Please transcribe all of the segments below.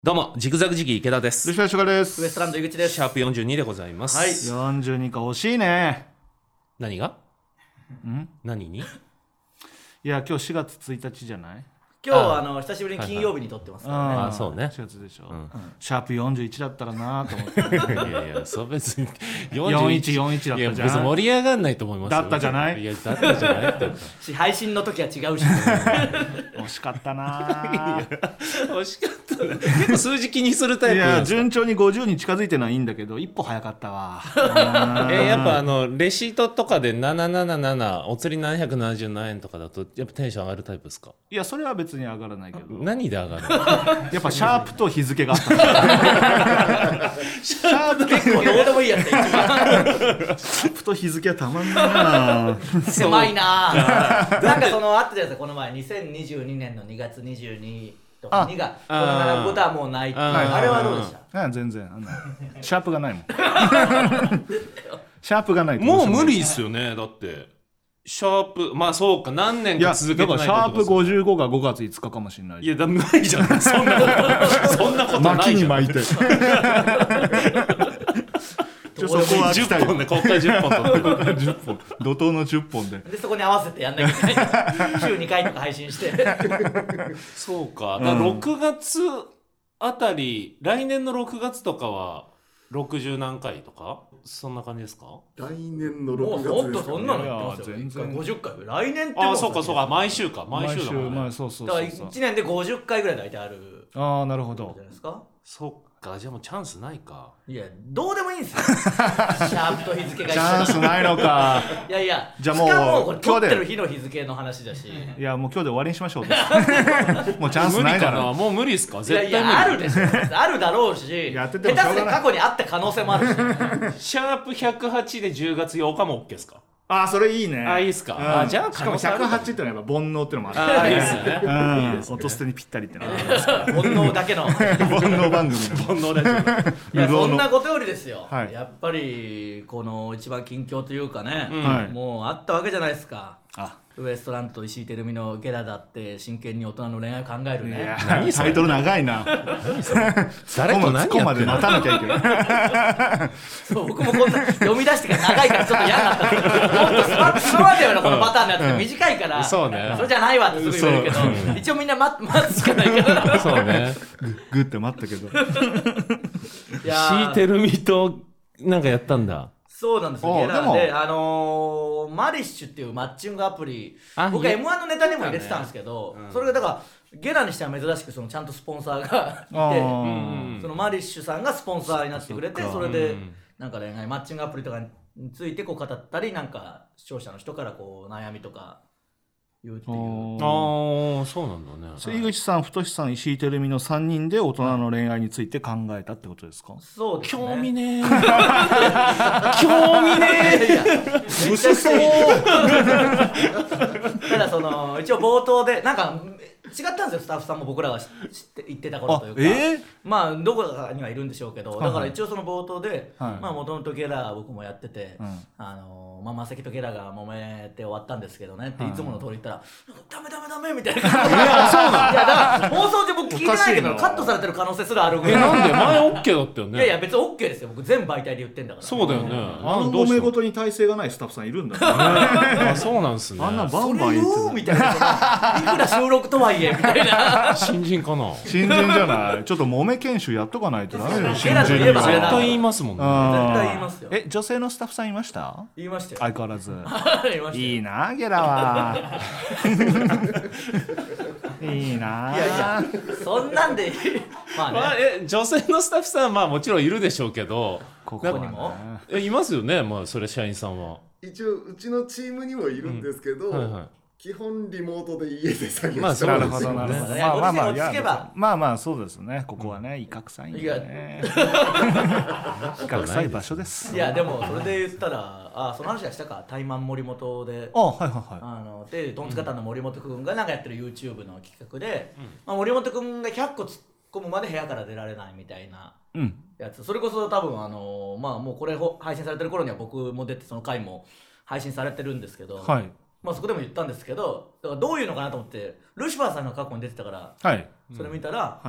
どうもジグザグジギー池田です。 ルシファーシュガです。 ウエストランド井口です。 シャープ42でございます。 はい。 42か惜しいね。 何が？何に？ いや今日4月1日じゃない？ 今日は久しぶりに金曜日に撮ってますからね。 あそうね。 4月でしょ、シャープ41だったらなと思っていやいやそう別に 41だったじゃん。 いや別に盛り上がんないと思いますよ。 だったじゃない？ いやだったじゃないって配信の時は違うし、 惜しかったな。 惜しかったね。結構数字気にするタイプ。 いや順調に50に近づいてるのはいいんだけど一歩早かったわ。 やっぱレシートとかで777お釣り777円とかだとやっぱテンション上がるタイプですか？ いやそれは別に上がらないけど。 何で上がる？ やっぱシャープと日付があった。 シャープ結構どうでもいいやつ。 シャープと日付はたまんないな。 狭いな。なんかあったじゃないですかこの前2022年の2月22とか2がこの並ぶことはもうないっていうあれはどうでした？ 全然シャープがないもん。シャープがないともう無理ですよね。だってシャープまあそうか何年か続けてないだからシャープ55が5月5日かもしれない。 いやだないじゃん。そんなことないじゃん。 巻きに巻いて。そこは 10本ね。こっから10本取ってる。 10本怒涛の10本でそこに合わせてやんなきゃいけない。週2回とか配信して。 そうか。だから6月あたり来年の6月とかは60何回とかそんな感じですか？ 来年の6月ですか、ね、 もっとそんなの言ってますよ。1回50回来年ってもうそうかそうか毎週か毎週だもんね。 そうだから1年で50回ぐらい大体ある。 なるほど。 じゃないですか。 そっかじゃあもうチャンスないか。 いやどうでもいいんですよ。シャープと日付が一緒チャンスないのか。 いやいやじゃあもうしかもこれ撮ってる日の日付の話だし。 いやもう今日で終わりにしましょう。もうチャンスないから。 もう無理ですか？絶対無理。 いやあるでしょ。あるだろうしやって下手すてもしょうがない。 りゃ過去にあった可能性もあるし。 シャープ108で10月8日も OK ですか？ それいいね。 いいっすか？じゃあしかも108っていうのはやっぱ煩悩っていうのもある。 いいっすね。 音捨てにぴったりってのは煩悩だけの。 煩悩番組の煩悩だけいやそんなことよりですよ、 はいやっぱりこの一番近況というかね、 はいもうあったわけじゃないですか。ウエストランドと石井てるみのゲラだって真剣に大人の恋愛を考えるね。 タイトル長いな。 誰と何やってんの？ まで待たなきゃいけない。 そう僕もこんな読み出してから長いからちょっと嫌になったんですけど、もっとスマートよこのパターンのやつって短いから、 そうね。 それじゃないわってすぐ言われるけど、一応みんな待つしかないから。 そうね。 グって待ったけど。 いやーシーテルミとなんかやったんだ。 そうなんですよ。ゲラでマリッシュっていうマッチングアプリ、僕は M1 のネタにも入れてたんですけど、それがだからゲラにしては珍しくちゃんとスポンサーがいて、そのマリッシュさんがスポンサーになってくれて、それでなんか恋愛マッチングアプリとかについてこう語ったり、なんか視聴者の人からこう悩みとか言うっていう。 そうなんだね。 井口さん、太さん、石井てるみの3人で大人の恋愛について考えたってことですか？ そうですね。 興味ねー。興味ねいやめちゃくちゃいい。ただ一応冒頭でなんか違ったんですよ。スタッフさんも僕らが知って言ってた頃というか、まあどこかにはいるんでしょうけど、だから一応その冒頭で、まあもともとゲラ僕もやってて、マセキとゲラが揉めて終わったんですけどねっていつもの通り言ったら、ダメみたいな感じで。いやだから放送中僕聞いてないけどカットされてる可能性すらあるぐらい。 なんで前 OK だったよね。 いやいや別に OK ですよ。僕全媒体で言ってんだから。 そうだよね。 揉め事に耐性がないスタッフさんいるんだね。 そうなんすね。 あんなバンバン言ってるみたいな。いくら収録とはいえみたいな。 新人かな。 新人じゃない。ちょっと揉め研修やっとかないとダメよ。新人にゲラといえば絶は。 対言いますもんね。 絶対言いますよ。 女性のスタッフさんいました？ 言いましたよ。 相変わらず。 言いましたよ。 いいなゲラは。いいな。 いやいやそんなんでまあね。 女性のスタッフさんはもちろんいるでしょうけど、 ここにもいますよね。まあそれ社員さんは。 一応うちのチームにもいるんですけど、基本リモートで家で作業してなるますほどなるほど。まあそうですね。ここはね、威嚇臭いんでね。威嚇臭い場所です。 いやでもそれで言ったら、その話はしたか。タイマン森本で、でトンツカタンの森本くんがなんかやってる YouTube の企画で、森本くんが100個突っ込むまで部屋から出られないみたいなやつ。それこそ多分まあもうこれ配信されてる頃には僕も出てその回も配信されてるんですけど。まあそこでも言ったんですけど、だからどういうのかなと思ってルシファーさんが過去に出てたから、それ見たら、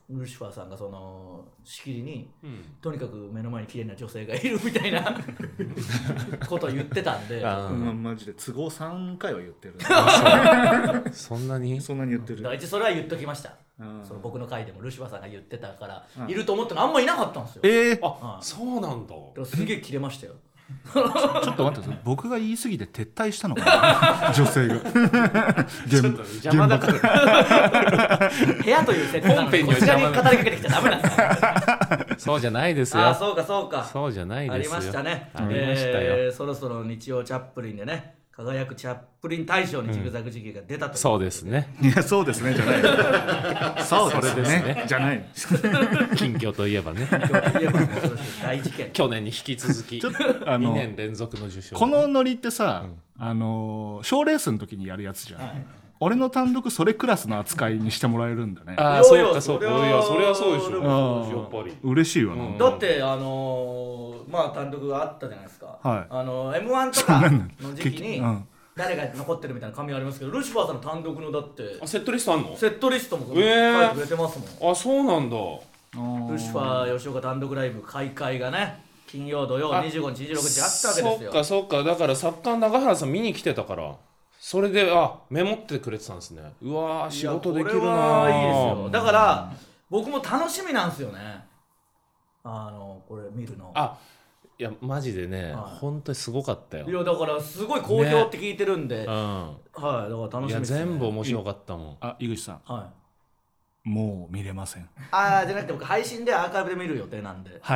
ルシファーさんがそのしきりに、とにかく目の前に綺麗な女性がいるみたいなことを言ってたんで、 マジで都合3回は言ってるそんなに言ってる。 一応それは言っときました。その僕の回でもルシファーさんが言ってたから、いると思ったのあんまいなかったんですよ。 そうなんだ。 すげえキレましたよ。 ちょっと待って、僕が言い過ぎて撤退したのかな女性が邪魔だから部屋という設定なのにこちらに語りかけてきちゃダメなんですかそうじゃないですよ。 そうかそうじゃないですよ。 ありましたね。 ありましたよ。 そろそろ日曜チャップリンでね、輝くチャップリン大賞にジグザグジギーが出たという、 そうですね。 いやそうですねじゃないそうですねじゃない近況といえばね大事件去年に引き続き2年連続の受賞。 このノリってさ、賞レースの時にやるやつじゃん、俺の単独それクラスの扱いにしてもらえるんだね。 そうかそうか。いやそれはそうでしょ。やっぱり嬉しいわな。 だって単独があったじゃないですか。M1 とかの時期に誰が残ってるみたいな紙ありますけど、ルシファーさんの単独のだってセットリストあんの？ セットリストも書いてくれてますもん。 そうなんだ。 ルシファー吉岡単独ライブ開会がね、金曜土曜25日26日あったわけですよ。 そうかだから作家永原さん見に来てたから、それでメモってくれてたんですね。うわ仕事できるな。 これはいいですよ。だから僕も楽しみなんですよね、これ見るの。 いやマジでね、本当にすごかったよ。 いやだからすごい好評って聞いてるんで、だから楽しみですね。 全部面白かったもん。 井口さん、もう見れません。 じゃなくて僕配信でアーカイブで見る予定なんで。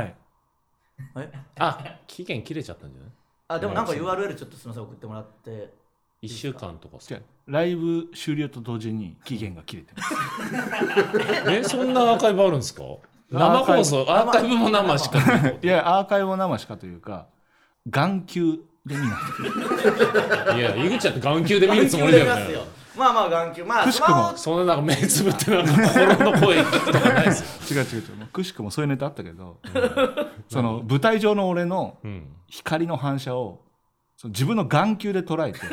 期限切れちゃったんじゃない？でもなんか URL ちょっとすみません送ってもらって。 1週間とかライブ終了と同時に期限が切れてます。 そんなアーカイブあるんですか？生放送アーカイブも生しかいやアーカイブも生しかというか眼球で見ない。 いや井口ちゃんって眼球で見るつもりだよね。 まあ眼球くしくもそんな目つぶってなんか心の声聞くとかないですよ。 違うくしくもそういうネタあったけど、その舞台上の俺の光の反射を自分の眼球で捉えて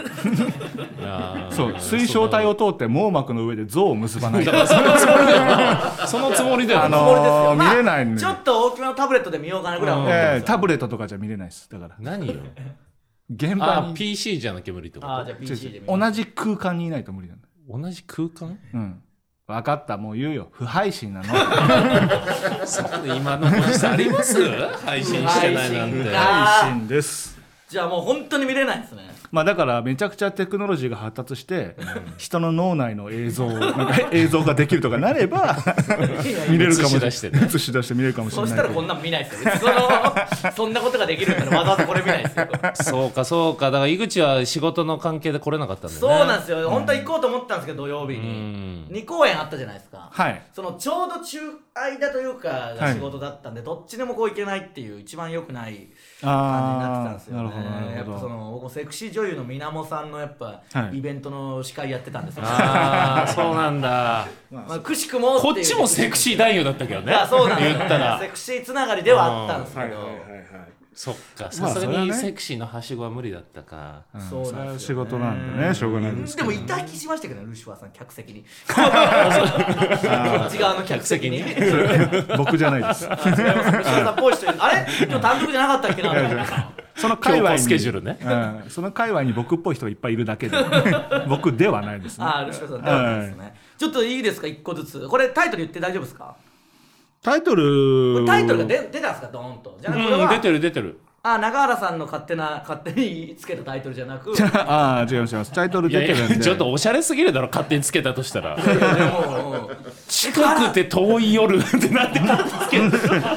水晶体を通って網膜の上で像を結ばないとそのつもりだよ。 見れないね。 ちょっと大きめのタブレットで見ようかなぐらい思ってます。 タブレットとかじゃ見れないです。だから何よ現場に PC じゃなきゃ無理ってこと？ じゃあ PC で同じ空間にいないと無理なんだ。 同じ空間？ 分かった、もう言うよ、不配信なの。 そうで今のご時世あります？配信してないなんて。 配信です。 じゃあもう本当に見れないですね。 だからめちゃくちゃテクノロジーが発達して、人の脳内の映像ができるとかなれば見れるかもしれない。映し出して見れるかもしれない。 そしたらこんなん見ないですよ。そんなことができるからわざわざこれ見ないですよ。 そうかだから井口は仕事の関係で来れなかったんだよね。 そうなんですよ。本当は行こうと思ったんですけど、土曜日に2公演あったじゃないですか。そのちょうど間というかが仕事だったんで、どっちでもこう行けないっていう一番良くない感じになってたんですよね。やっぱ僕もセクシー女優のみなもさんのやっぱイベントの司会やってたんですよ。 そうなんだ。 くしくもこっちもセクシー男優だったけどね。 そうなんですよ。 言ったらセクシーつながりではあったんですけど。 そっか、さすがにセクシーのはしごは無理だったか。 そうなんですよね。 仕事なんでね、しょうがないですけど。 でもいた気しましたけどね、ルシファーさん客席に。こっち側の客席に。 僕じゃないです。 ルシファーさんっぽい人、あれ今日単独じゃなかったっけな。 その界隈にスケジュールね。 その界隈に僕っぽい人がいっぱいいるだけで、僕ではないですね。 ルシファーさんではないですね。ちょっといいですか、一個ずつ。これタイトル言って大丈夫ですか？ タイトルが出たんですか、ドーンと。じゃあこれは出てる。 永原さんの勝手につけたタイトルじゃなく。 違います。タイトル出てるんで。 ちょっとおしゃれすぎるだろ、勝手につけたとしたら。近くて遠い夜ってなってたんですけど。これ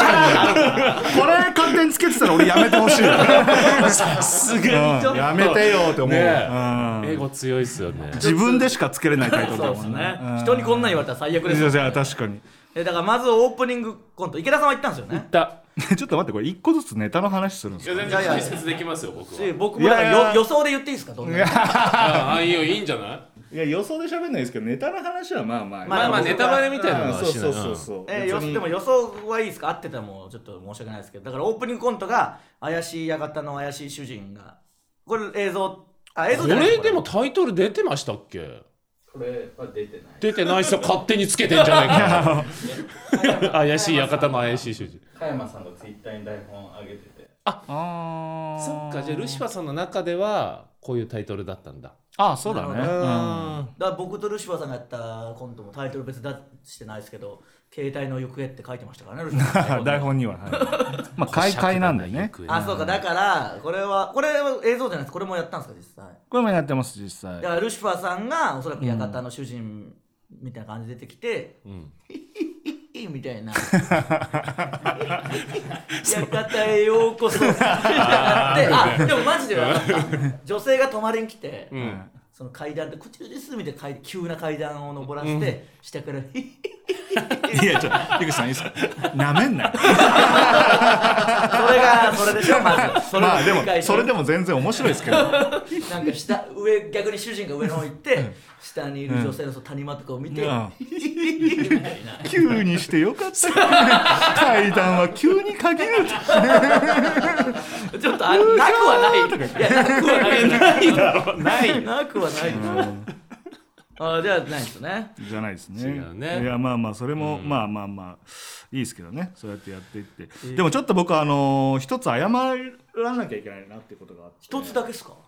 勝手につけてたら俺やめてほしい。 さすがにちょっとやめてよって思う。 英語強いっすよね。 自分でしかつけれないタイトルだもんね。人にこんなん言われたら最悪ですよね。 確かに。 だからまずオープニングコント、池田さんは言ったんですよね。 言った。 ちょっと待って、これ一個ずつネタの話するんですか？ 全然解説できますよ、僕は。 僕もだから予想で言っていいですか？どんな。 いいんじゃない？ いや予想で喋んないですけど、ネタの話はまあネタバレみたいなのはしない。 そう。 でも予想はいいですか？合ってたらもうちょっと申し訳ないですけど、だからオープニングコントが怪しい館の怪しい主人が、これ映像じゃない。 これでもタイトル出てましたっけ？ これは出てない。 出てないっすよ、勝手につけてんじゃないか怪しい館の怪しい主人。 加山さんのツイッターに台本上げてて。 そっか、じゃあルシファーさんの中ではこういうタイトルだったんだ。 そうだね。 だから僕とルシファーさんがやったコントもタイトル別出してないですけど、携帯の行方って書いてましたからね、ルシファーさん台本には、開会なんだよね。 そうか、だからこれは映像じゃないです。これもやったんですか、実際。 これもやってます、実際。 だからルシファーさんがおそらく館の主人みたいな感じで出てきて、みたいな館へようこそでもマジで分かった女性が泊まりに来て、その階段でこちらですみたいな急な階段を登らせて、下からいやちょっと井口さんいいですか、なめんなよそれでしょ、まずでもそれでも全然面白いですけどなんか逆に主人が上の方行って下にいる女性の谷間とかを見て、みたいな急にしてよかった階段は急に限るちょっとなくはない、いやなくはないだろう、ないなくはないじゃあないですね。 じゃないですね。 違うね。 いやそれもまあいいですけどね。そうやってやっていって。でもちょっと僕一つ謝らなきゃいけないなっていうことがあって。 一つだけですか？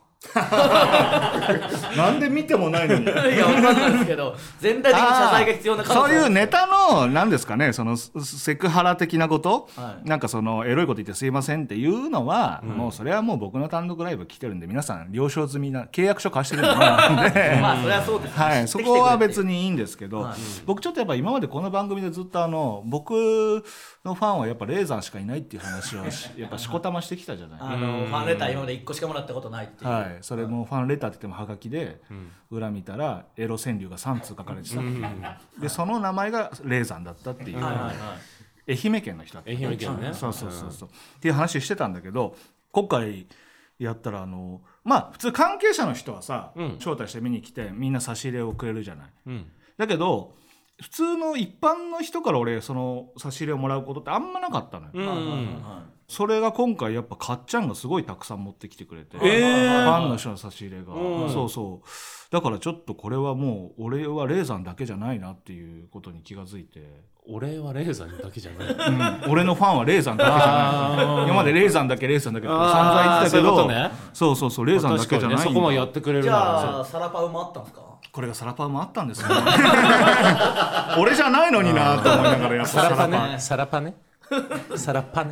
なんで見てもないのに。いや分かんないですけど、全体的に謝罪が必要なそういうネタの何ですかね、そのセクハラ的なこと、なんかそのエロいこと言ってすいませんっていうのは、もうそれはもう僕の単独ライブ来てるんで皆さん了承済みな契約書貸してるんでそれはそうです、 はい、そこは別にいいんですけど、僕ちょっとやっぱ今までこの番組でずっと僕のファンはやっぱレーザーしかいないっていう話をやっぱしこたましてきたじゃない。 ファンレター今まで1個しかもらったことないっていう。 それもファンレターって言ってもはがきで、裏見たらエロ川柳が3通書かれてた、でその名前がレーザンだったっていう、愛媛県の人だった、 愛媛県ね、 そうっていう話してたんだけど、今回やったら普通関係者の人はさ、招待して見に来てみんな差し入れをくれるじゃない、だけど普通の一般の人から俺その差し入れをもらうことってあんまなかったのよ、それが今回やっぱかっちゃんがすごいたくさん持ってきてくれて、ファンの人の差し入れが、そうだからちょっとこれはもう俺はレーザンだけじゃないなっていうことに気がついて、 俺はレーザンだけじゃない、 俺のファンはレーザンだけじゃない今までレーザンだけって散々言ってたけど、そうレーザンだけじゃないんだ、 そこもやってくれる。 じゃあサラパウもあったんですか？ これがサラパウもあったんですね俺じゃないのになと思いながらやっぱサラパねサラパ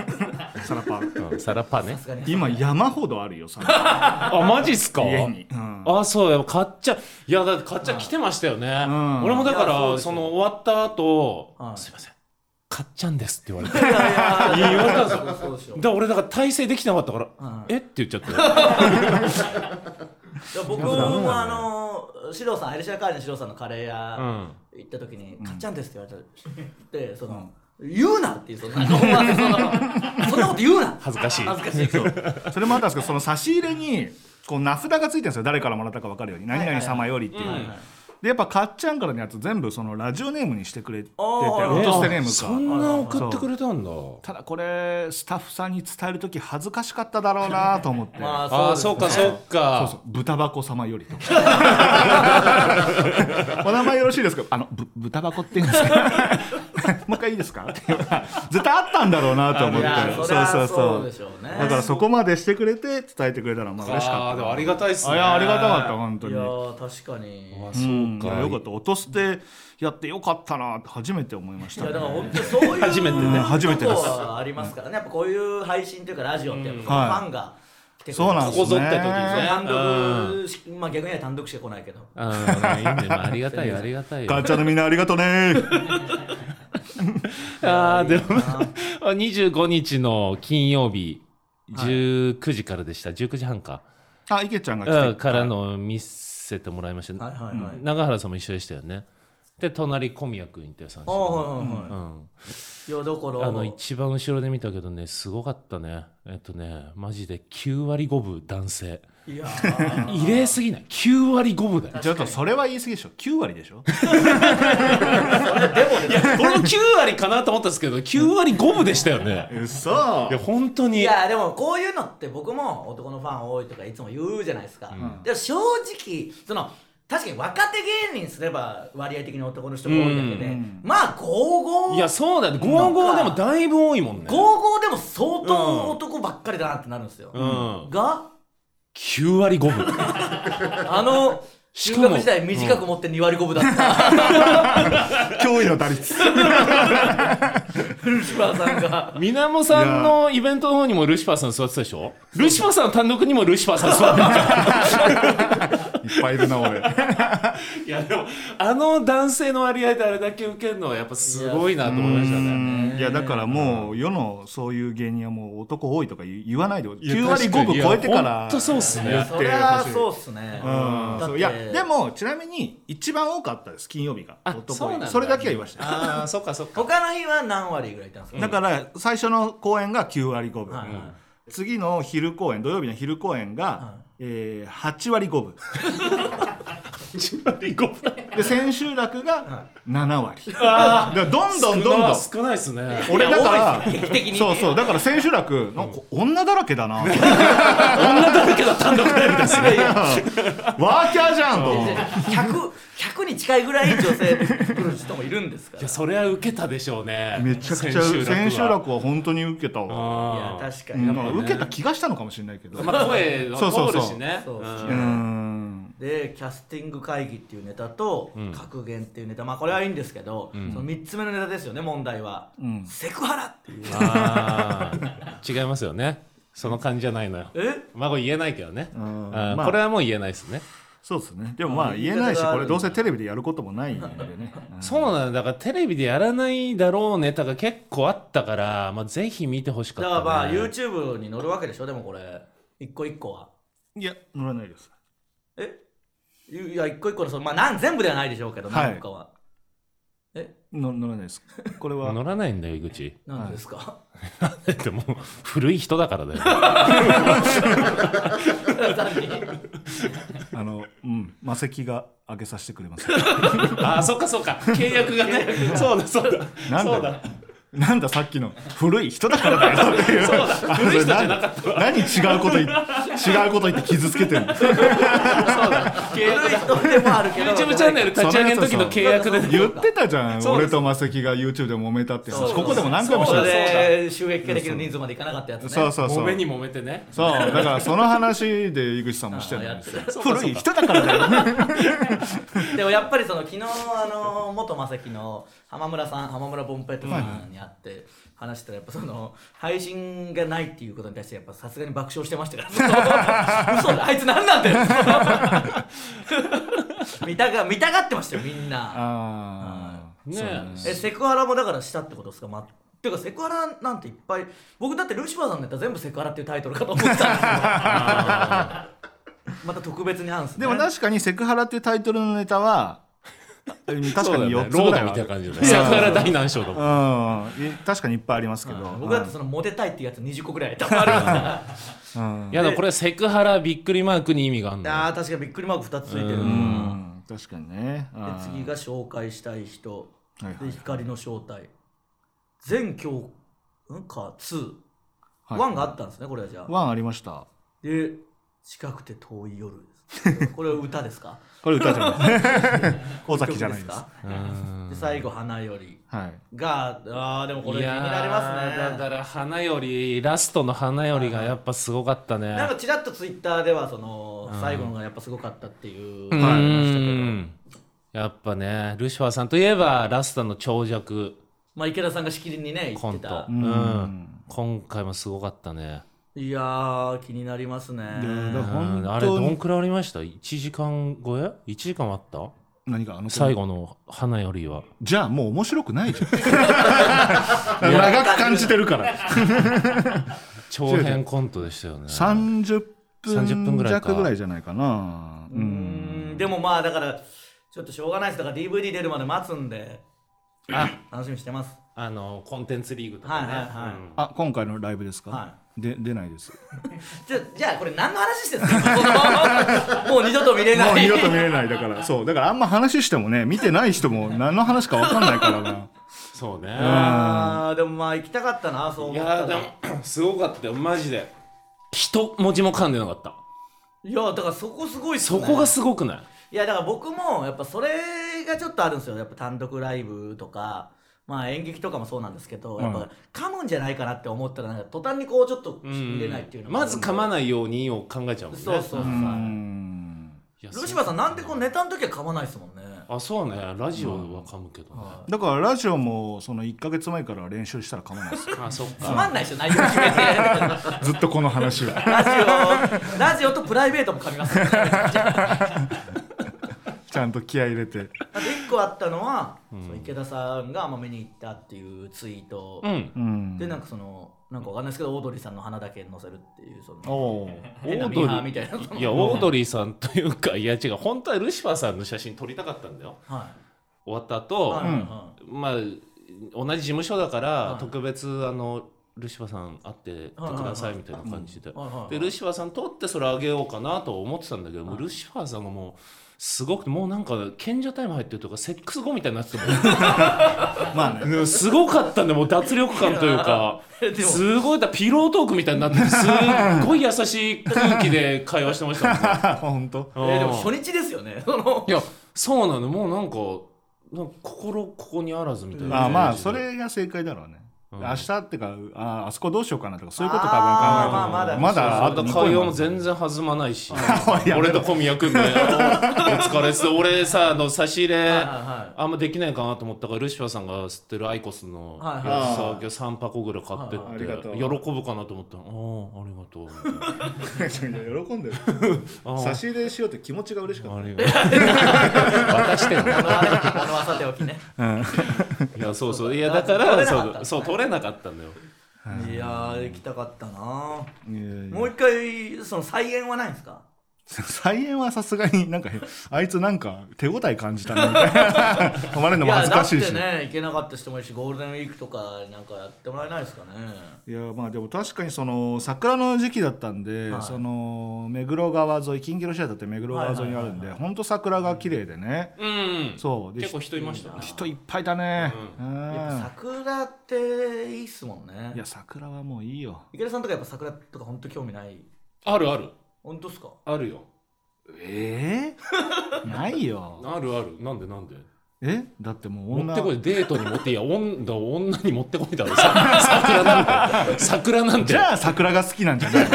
ね今山ほどあるよマジっすか？ 家に、 そうや、かっちゃん、いやだってかっちゃん来てましたよね、俺もだからその終わった後、すいませんかっちゃんですって言われて言われたんですよ。俺だから体勢できてなかったから、って言っちゃって僕もシロさん、エルシャカーレのシロさんのカレー屋行った時に、かっちゃんですって言われて、言うなっていう、そんなこと言うな、 恥ずかしいそれもあったんですけど、その差し入れにこう名札がついてるんですよ、誰からもらったか分かるように、何々様よりっていう、でやっぱかっちゃんからのやつ全部そのラジオネームにしてくれてて、音捨てネームか、 そんな送ってくれたんだ。 ただこれスタッフさんに伝えるとき恥ずかしかっただろうなと思ってそうか豚箱様よりとかお名前よろしいですか、豚箱って言うんですかもう一回いいですかっていうのが絶対あったんだろうなと思って、 そうでしょうね。 だからそこまでしてくれて伝えてくれたら嬉しかった。 でもありがたいっすね。 ありがたかった本当に。 いや確かに。 そうか、よかった。音捨てやってよかったなって初めて思いました、 いやだから本当にそういう初めてね、 初めてです。 ありますからね。やっぱこういう配信というかラジオってやっぱファンが来てくれる。 そうなんですね。 ここぞって時にね。 単独、逆には単独しか来ないけど。 いいね、ありがたいよ、ありがたいよ。 かっちゃんのみんなありがとうね。 でも25日の金曜日19時からでした。19時半か。 池ちゃんが来てからの見せてもらいました。永原さんも一緒でしたよね。で隣小宮君いてさん。 いやだから一番後ろで見たけどね、すごかったね。マジで9割5分男性。いや異例すぎない？9割5分だよ。 ちょっとそれは言い過ぎでしょ。9割でしょ。 いや俺も9割かなと思ったんですけど9割5分でしたよね。 嘘。 いや本当に。 いやでもこういうのって僕も男のファン多いとかいつも言うじゃないですか。でも正直確かに若手芸人すれば割合的に男の人が多いだけで、まあ55 いやそうだね55でもだいぶ多いもんね 55でも相当男ばっかりだなってなるんですよ、が 9割5分中学時代短く持って2割5分だった驚異の打率ルシファーさんがみなもさんのイベントの方にもルシファーさん座ってたでしょ。ルシファーさんの単独にもルシファーさん座ってたいっぱいいるな俺いやでも男性の割合であれだけ受けるのはやっぱすごいなと思いましたね。 いやだからもう世のそういう芸人はもう男多いとか言わないで9割5分超えてから本当そうっすね。 そりゃそうっすね。 いやでもちなみに一番多かったです金曜日が男多い。それだけは言いました。 ああそっかそっか。 他の日は何割ぐらいいたんですか。 だから最初の公演が9割5分、次の昼公演土曜日の昼公演が8割5分 8割5分で千秋楽が7割だからどんどん少ないっすね。 俺だからそうだから千秋楽なんか女だらけだな女だらけだ単独ライブですねワーキャーじゃんと 100に近いぐらい女性来る人もいるんですから。 いやそれは受けたでしょうね。 めちゃくちゃ千秋楽は本当に受けたわ。 いや確かに受けた気がしたのかもしれないけど、 まあ声は通るしね。 でキャスティング会議っていうネタと格言っていうネタ、まあこれはいいんですけど、その3つ目のネタですよね問題は、セクハラっていう違いますよね。その感じじゃないのよ。まあこれ言えないけどね。これはもう言えないですね。 そうですね。でもまあ言えないしこれどうせテレビでやることもないんでねそうなんだ。だからテレビでやらないだろうネタが結構あったから、まあ、ぜひ見てほしかった、ね、 だからまあ YouTube に載るわけでしょ。でもこれ一個一個はいや載らないです。 いや一個一個のまあ全部ではないでしょうけど、何個かは載らないです。これは載らないんだよ井口。 何ですか、 でも古い人だからだよ魔石が上げさせてくれます。 あそっかそっか契約がねそうだなんださっきの古い人だからだよっていう。 そうだ古い人じゃなかったわ。 何違うこと言って傷つけてるの。 そうだ古い人でもあるけど YouTube チャンネル立ち上げの時の契約で言ってたじゃん。俺と魔石が YouTube で揉めたって話ここでも何回もしてる。で収益化できる人数までいかなかったやつね。 そう揉めに揉めてね。 そうだからその話で井口さんもしてるんですよ。古い人だからだよ。 でもやっぱりその昨日元魔石の浜村ボンペットさんに会って話したら、やっぱその配信がないっていうことに対してやっぱさすがに爆笑してましたから嘘だあいつ何なんだよ見たがってましたよみんな。セクハラもだからしたってことですか。てかセクハラなんていっぱい、僕だってルシファーさんのネタ全部セクハラっていうタイトルかと思ってたんですよまた特別にあるんですね。 でも確かにセクハラっていうタイトルのネタは確かに4つロードぐらいみたいな感じでセクハラ大難章だもん。 確かにいっぱいありますけど、 僕だってそのモテたいっていうやつ20個ぐらい多分あるんですからいやでもこれセクハラびっくりマークに意味があるんだよ。 確かにびっくりマーク2つついてる。 確かにね。 で次が紹介したい人で光の正体全教か2、1があったんですね。これはじゃあ 1ありました。 で近くて遠い夜ですこれは歌ですか。 これ歌じゃない尾崎じゃないです。 で最後花よりが、でもこれ気になりますね。 だから花よりラストの花よりがやっぱすごかったね。 なんかちらっとツイッターではその最後のがやっぱすごかったっていうのがありましたけど、 やっぱねルシファーさんといえばラストの長尺、 まあ池田さんがしきりにね言ってた今回もすごかったね。 いやー気になりますね。 あれどんくらいありました？1時間超え？ 1 時間あった？ 何か最後の花よりは。 じゃあもう面白くないじゃん長く感じてるから長編コントでしたよね。 30分弱ぐらいじゃないかな。 でもまあだからちょっとしょうがないです。だから DVD 出るまで待つんで楽しみにしてます。 コンテンツリーグとかね。 今回のライブですか？出ないですじゃあこれ何の話してるんですかもう二度と見れない。 もう二度と見れない。だからだからあんま話してもね見てない人も何の話か分かんないからなそうね。 でもまあ行きたかったな。そう思ったら。 いやでもすごかったよマジで。一文字も噛んでなかった。 いやだからそこすごいっすね。 そこがすごくない？ いやだから僕もやっぱそれがちょっとあるんですよ。やっぱ単独ライブとかまあ演劇とかもそうなんですけど、やっぱ噛むんじゃないかなって思ったらなんか途端にこうちょっと入れないっていうのがまず噛まないようにを考えちゃうもんね。 そうそうそう。ルシファーさんなんでこうネタの時は噛まないですもんね。 あ、そうね。ラジオは噛むけどね。 だからラジオもその1ヶ月前から練習したら噛まないですよ。 あ、そっか。 つまんないでしょ内容決めて。 ずっとこの話は。 ラジオとプライベートも噛みますよね。 ちゃんと気合い入れて。 1個あったのは、池田さんが見に行ったっていうツイート、でなんかそのなんかわかんないですけどオードリーさんの花だけ載せるっていうその変なミーハーみたいな。 いやオードリーさんというかいや違う本当はルシファーさんの写真撮りたかったんだよ。はい、終わった後、まあ同じ事務所だから、特別ルシファーさん会ってくださいみたいな感じで、でルシファーさん撮ってそれあげようかなと思ってたんだけど、ルシファーさんがもうすごくてもうなんか賢者タイム入ってるとかセックス後みたいになっててもまあねすごかったんでもう脱力感というかすごいピロートークみたいになってすっごい優しい空気で会話してましたもんね。本当。 でも初日ですよね。 いやそうなのもうなんか心ここにあらずみたいな。 まあそれが正解だろうね。明日ってかあそこどうしようかなとかそういうこと多分考えてまだ会話も全然弾まないし俺と小宮君でお疲れっす。俺さ差し入れあんまできないかなと思ったからルシファーさんが吸ってるアイコスのやつさ3箱ぐらい買ってって喜ぶかなと思ったらありがとう喜んでる差し入れしようって気持ちが嬉しかった。渡してんのさておきね。 いやそうそういやだからそう取れなかったんだよ。 いやー行きたかったな。もう一回その再演はないんですか？ 再演はさすがになんかあいつなんか手応え感じたねみたいな思われるのも恥ずかしいし。 いやだってね行けなかった人もいるしゴールデンウィークとかなんかやってもらえないですかね。 いやまあでも確かにその桜の時期だったんで、その目黒川沿い金魚のシアターって目黒川沿いにあるんで本当桜が綺麗でね。そう結構人いましたね。 人いっぱいだね。 やっぱ桜っていいっすもんね。 いや桜はもういいよ。 池田さんとかやっぱ桜とか本当興味ない？ あるある。 本当っすか？ あるよ。 ないよ。 あるある。なんでだってもう持ってこいデートに持っていや女に持ってこいだろ桜なんてじゃあ桜が好きなんじゃない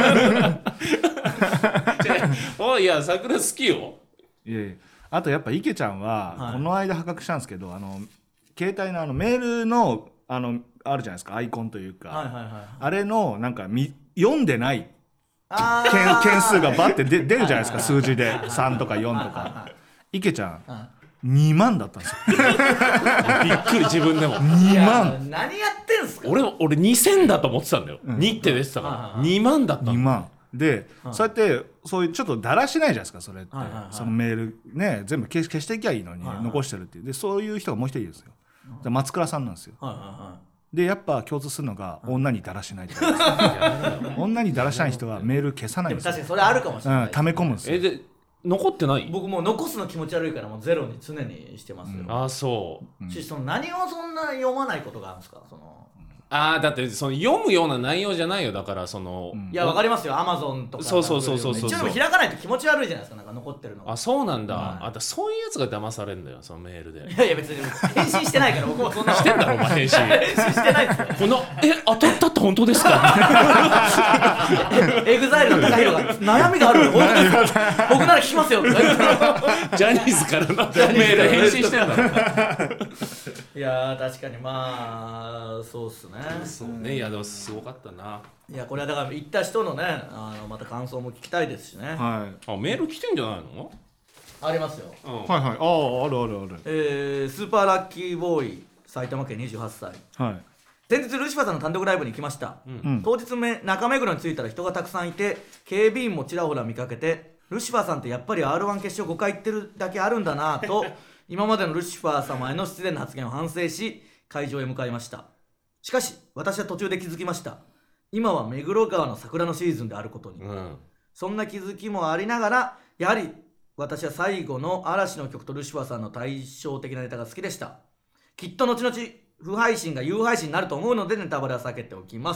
いや桜好きよ。 いやあとやっぱ池ちゃんはこの間発覚したんですけど携帯のメールのあるじゃないですかアイコンというかあれのなんか読んでない件数がバッて出るじゃないですか数字で3とか4とか池ちゃん2万だったんですよ。 びっくり自分でも 2万何やってんすか。 俺2000だと思ってたんだよ。2って出てたから2万だったの。 2万でそうやってそういうちょっとだらしないじゃないですかそれってそのメールね全部消していきゃいいのに残してるっていうでそういう人がもう一人いるんですよ。松倉さんなんですよ。でやっぱ共通するのが女にだらしない女にだらしない人はメール消さないんですよ。 確かにそれあるかもしれない。 溜め込むんですよ。 で残ってない？ 僕もう残すの気持ち悪いからもうゼロに常にしてますよ。 あそう。 その何をそんな読まないことがあるんですか。 だってその読むような内容じゃないよ。だからそのいやわかりますよ。アマゾンとかそう一応でも開かないと気持ち悪いじゃないですか。なんか残ってるの。 そうなんだ。そういうやつが騙されるんだよそのメールで。 いや別に返信してないから僕もそんなしてんだろお前返信してないですよ。 当たったって本当ですか。 エグザイルの高弘が悩みがある本当ですか。僕なら聞きますよ。ジャニーズからのメール返信してんだろ。 いや確かにまあそうっすね。 そうね。いやでもすごかったな。 いやこれはだから行った人のねまた感想も聞きたいですしね。 メール来てんじゃないの？ ありますよ。 はいはい。ある。 スーパーラッキーボーイ埼玉県28歳。先日ルシファーさんの単独ライブに行きました。当日中目黒に着いたら人がたくさんいて警備員もちらほら見かけてルシファーさんってやっぱり R1 決勝5回行ってるだけあるんだなと今までのルシファー様への失礼な発言を反省し会場へ向かいました。しかし私は途中で気づきました。今は目黒川の桜のシーズンであることに、そんな気づきもありながらやはり私は最後の嵐の曲とルシファーさんの対照的なネタが好きでした。きっと後々不配信が有配信になると思うのでネタバレは避けておきます。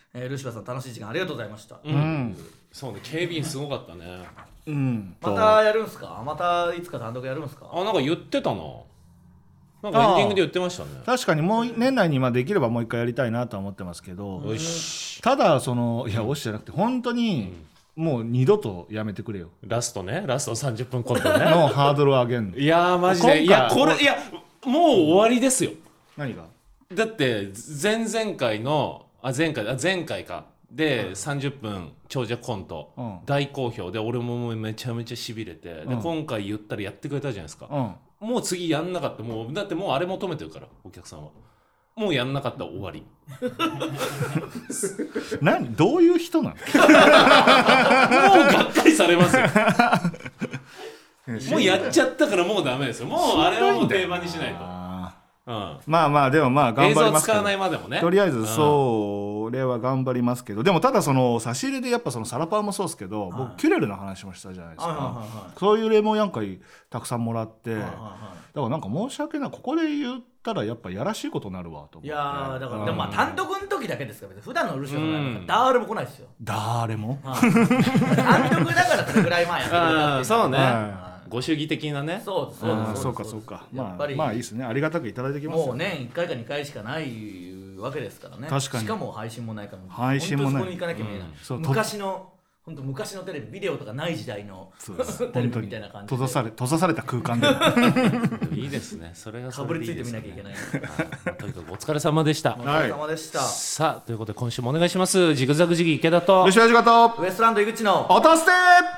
ルシファーさん楽しい時間ありがとうございました。 そうね、警備員すごかったね。 またやるんすか？またいつか単独やるんすか？ なんか言ってたな。なんかエンディングで言ってましたね。 確かにもう年内にできればもう一回やりたいなとは思ってますけど、ただいやおしじゃなくて本当にもう二度とやめてくれよ。 ラスト30分コントねのハードルを上げるの。 いやマジで、いやこれもう終わりですよ。 何が？ だって前々回の前回かで30分長者コント、大好評で俺もめちゃめちゃしびれて、で今回言ったらやってくれたじゃないですか。もう次やんなかった。だってもうあれ求めてるからお客さんは。もうやんなかったら終わり。 どういう人なの？もうがっかりされますよ。もうやっちゃったからもうダメですよ。もうあれはもう定番にしないと。 まあでも頑張りますけど、 映像使わないまでもね、 とりあえずそれは頑張りますけど、でもただ差し入れでやっぱサラパンもそうですけど、僕キュレルの話もしたじゃないですか。そういうレモンヤン会たくさんもらって、だからなんか申し訳ない、ここで言ったらやっぱやらしいことになるわと思って。 いやだからでも単独の時だけですから、普段のルシファーさん誰も来ないですよ。誰も単独だからそれぐらいやってくれたって。 そうね、ご祝儀的なね。 そうか。まあいいですね。ありがたくいただいてきますよ。 もう年1回か2回しかないわけですからね。 確かに。 しかも配信もないから、 配信もない。 本当そこに行かなきゃ見えない。昔のテレビ、ビデオとかない時代のテレビみたいな感じで閉ざされた空間でいいですね。それがかぶりついてみなきゃいけない。 とにかくお疲れ様でした。 お疲れ様でした。 さあということで今週もお願いします。ジグザグジギー池田と吉田ジガとウエストランド井口の音捨て。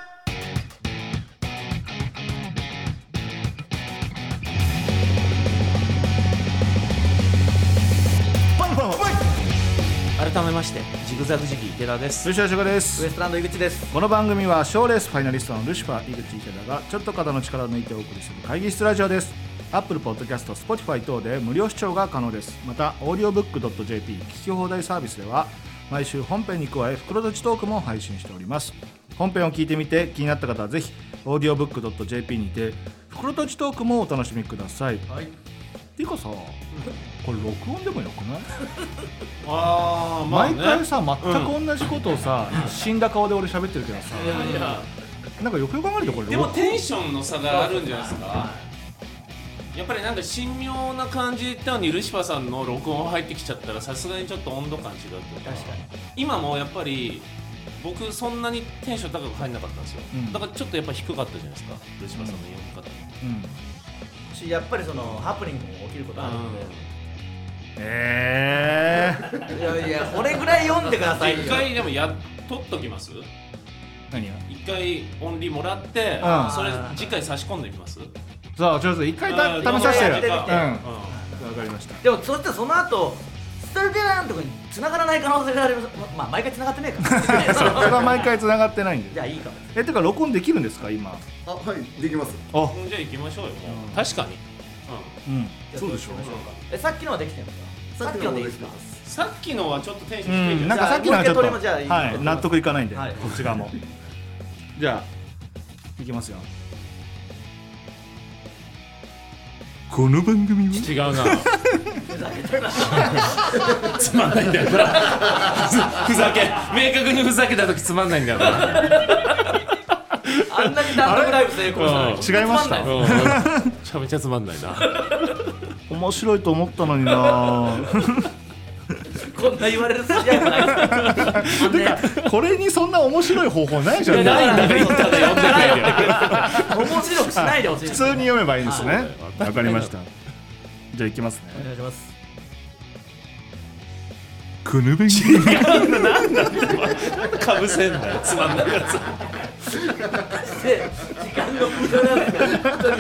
改めましてジグザグジギー池田です。 吉田ジガです。 ウエストランド井口です。 この番組は賞レースファイナリストのルシファー井口池田がちょっと肩の力を抜いてお送りする会議室ラジオです。Apple Podcast、Spotify 等で無料視聴が可能です。また audiobook.jp 聞き放題サービスでは毎週本編に加え袋とじトークも配信しております。本編を聞いてみて気になった方はぜひ audiobook.jp にて袋とじトークもお楽しみください。はい。っていうかさ、これ録音でもよくない？毎回さ全く同じことをさ、死んだ顔で俺喋ってるけどさ、なんかよくよく考えるとこれでもテンションの差があるんじゃないですか。やっぱりなんか神妙な感じで言ったのにルシファーさんの録音入ってきちゃったらさすがにちょっと温度感違うというか。確かに今もやっぱり僕そんなにテンション高く入んなかったんですよ、だからちょっとやっぱ低かったじゃないですか、ルシファーさんの読み方、 やっぱりそのハプニングも起きることあるので、いやこれぐらい読んでくださいよ。 一回でも取っときます？ 何が？ 一回オンリーもらって、それ次回差し込んでいきます？ そうちょっと一回試させてよ。わかりました。 でもそしたらその後スタルデランとかに繋がらない可能性がある。まあ毎回繋がってねえから。 それは毎回繋がってないんで。 じゃあいいかも。 てか録音できるんですか今？ はいできます。 じゃあ行きましょうよ。確かに。 そうでしょう。 さっきのはできてるんですか？さっきのでいいですか？ さっきのはちょっとテンション低いじゃん。 なんかさっきのはちょっとはい納得いかないんでこっち側も。じゃあいきますよ。この番組は違うな。つまんないんだよな。ふざけ明確にふざけた時つまんないんだよな。 あんなに単独ライブ成功したのに違いました。 めちゃめちゃつまんないな。 面白いと思ったのにな。 こんな言われる筋合いもないです。 これにそんな面白い方法ないじゃん。 ないんだから言ったら読んでくれるよ。 面白くしないでほしい。 普通に読めばいいんですね。わかりました。じゃあいきますね。 お願いします。 この番組なんだかぶせんなよ、つまんないやつ。 時間の無駄なんだよ。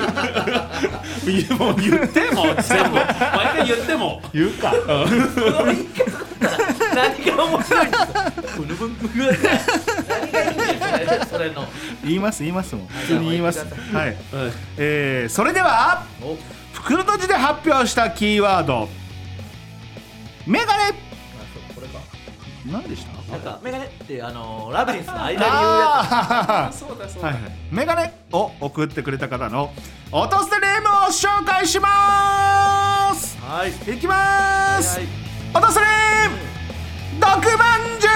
もう言っても全部毎回言っても言うか。 この言い方だったら何が面白いんですか。この番組は何がいいんですかそれの。 言いますもん。普通に言います。はい。それでは袋とじで発表したキーワードメガネ。何でした？ なんかメガネってラビリンスの間に言うやつ。 そうだ。 メガネを送ってくれた方の音捨てネームを紹介します。いきます。音捨てネーム毒まんじゅう。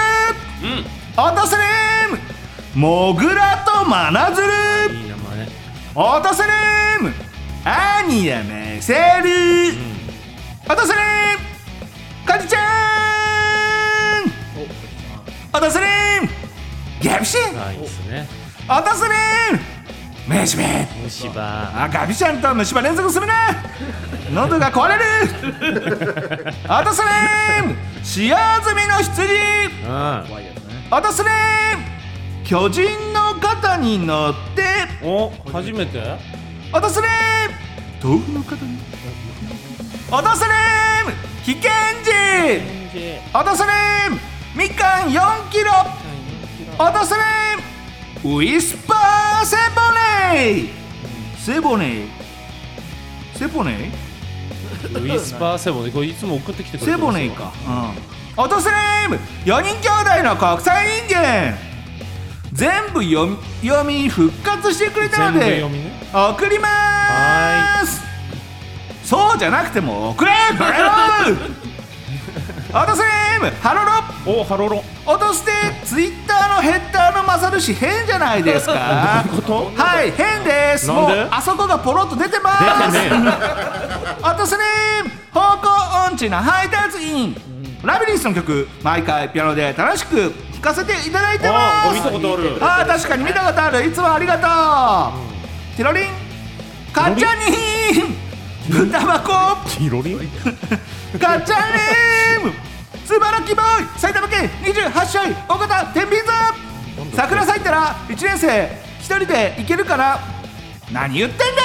落とせネームモグラとマナズル。 いい名前。 落とせネームアニヤメセル。落とせネームカジちゃん。落とせネームギャビシン。 いいですね。 落とせネームメシベ。 虫歯。 ガビちゃんと虫歯連続するな。喉が壊れる。落とせネーム使用済みの羊。 怖いやつね。 落とせネーム巨人の肩に乗って。 お、初めて。 落とせネーム豆腐の肩に。落とせネーム危険児。落とせネームみかん4キロ。落とせネームウィスパーセボネー。セボネーセボネーウィスパーセボネー、これいつも送ってきてくれてる。 セボネーか。落とせネーム4人兄弟の国際人間。全部読み復活してくれたので送りまーす。そうじゃなくても送れバカ野郎。落とせネームハロロ。 お、ハロロ。 落としてツイッターのヘッダーのマサル氏変じゃないですか。 どういうこと？ はい変です。 なんで？ もうあそこがポロッと出てます。 出てね落とせネーム方向音痴な配達員。ラビリンスの曲毎回ピアノで楽しく聴かせていただいてます。 見たことある。 確かに見たことある。いつもありがとう。ティロリンカッチャニー豚箱ティロリンカッチャネームスバラキボーイ埼玉県28歳尾形天秤座。桜咲いたら1年生1人で行けるかな。何言ってんだ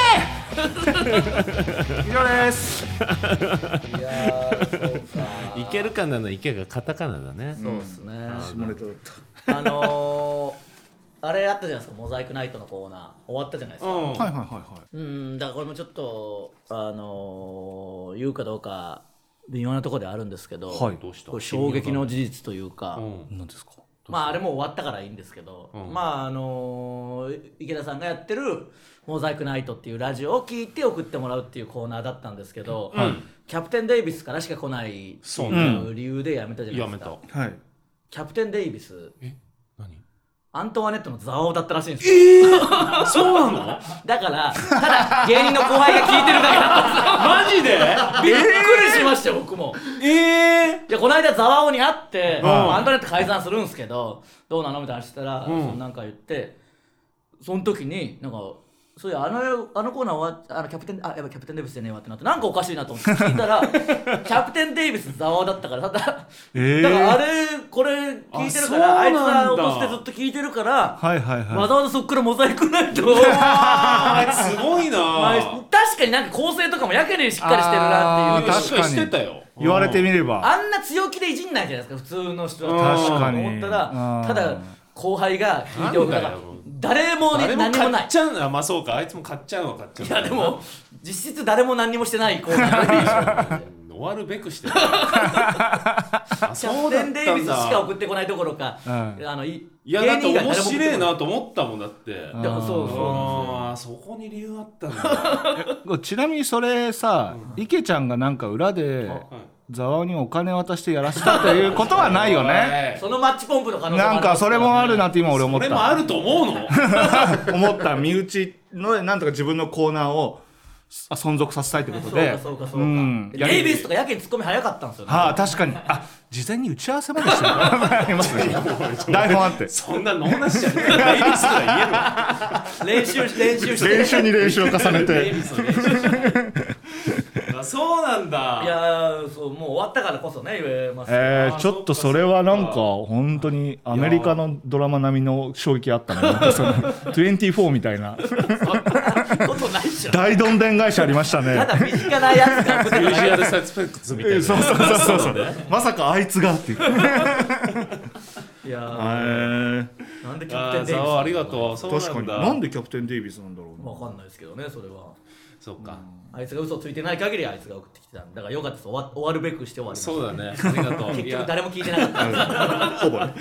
以上です。 いやそうか。 いけるかなの池がカタカナだね。 そうですね。 下ネタだった。 あれあったじゃないですか、モザイクナイトのコーナー終わったじゃないですか。 はいはいはいはい。 だからこれもちょっと言うかどうか微妙なところであるんですけど、 はい、 どうしたこれ衝撃の事実というか、 何ですか。 まああれもう終わったからいいんですけど、まあ池田さんがやってるモザイクナイトっていうラジオを聞いて送ってもらうっていうコーナーだったんですけど、キャプテンデイビスからしか来ないっていう理由でやめたじゃないですか。 はい。 キャプテンデイビス、 何？ アントワネットの座王だったらしいんですよ。 そうなの？ だからただ芸人の後輩が聞いてるだけだったんですよ。 マジで？ びっくりしましたよ僕も。いやこの間ザワオに会って、アントワネット解散するんですけどどうなのみたいな話したら、なんか言って、その時になんかそういうあのコーナーはキャプテンやばいキャプテンデイビスじゃねえわってなってなんかおかしいなと思って聞いたらキャプテンデイビスザワだったからだからあれこれ聞いてるからあいつは落としてずっと聞いてるからはいはいはい。 わざわざそっからモザイクないとすごいな。 確かになんか構成とかもやけにしっかりしてるなっていう。 確かにしてたよ。 言われてみれば。 あんな強気でいじんないじゃないですか普通の人は。 確かに。 思ったらただ後輩が聞いておくから誰も何もない。 買っちゃうの。まあそうか、あいつも買っちゃうのは買っちゃう。 いやでも実質誰も何にもしてないコーナーで終わるべくしてる。 キャプテンデイビスしか送ってこないどころか、 いやだって面白いなと思ったもんだって。そこに理由あったんだ。 ちなみにそれさ、池ちゃんがなんか裏でザワオにお金渡してやらせたということはないよね。 そのマッチポンプの可能性もある。 なんかそれもあるなって今俺思った。 それもあると思うの？ 思った身内のなんとか自分のコーナーを存続させたいってことで。 そうかデイビスとかやけにツッコミ早かったんですよね。 確かに。事前に打ち合わせまでしてるからありますね。台本あって。 そんな脳なしじゃねえ。デイビスが言える。 練習に練習を重ねて。 そうなんだ。 いやそうもう終わったからこそね言えますちょっとそれはなんか本当にアメリカのドラマ並みの衝撃あったね。なんかその24みたいなことないっしょ。 大どんでん返しありましたね。 ただ身近なやつが送ってユージアルサスペクツみたいな。 そうまさかあいつがっていう。 いやなんでキャプテンデイビスありがとう。そうなんだ。 なんでキャプテンデイビスなんだろうな。 わかんないですけどねそれは。 そうか。 あいつが嘘ついてない限りあいつが送ってきてたんだからよかったです。終わるべくして終わりました。 そうだね。ありがとう。 結局誰も聞いてなかったほぼね。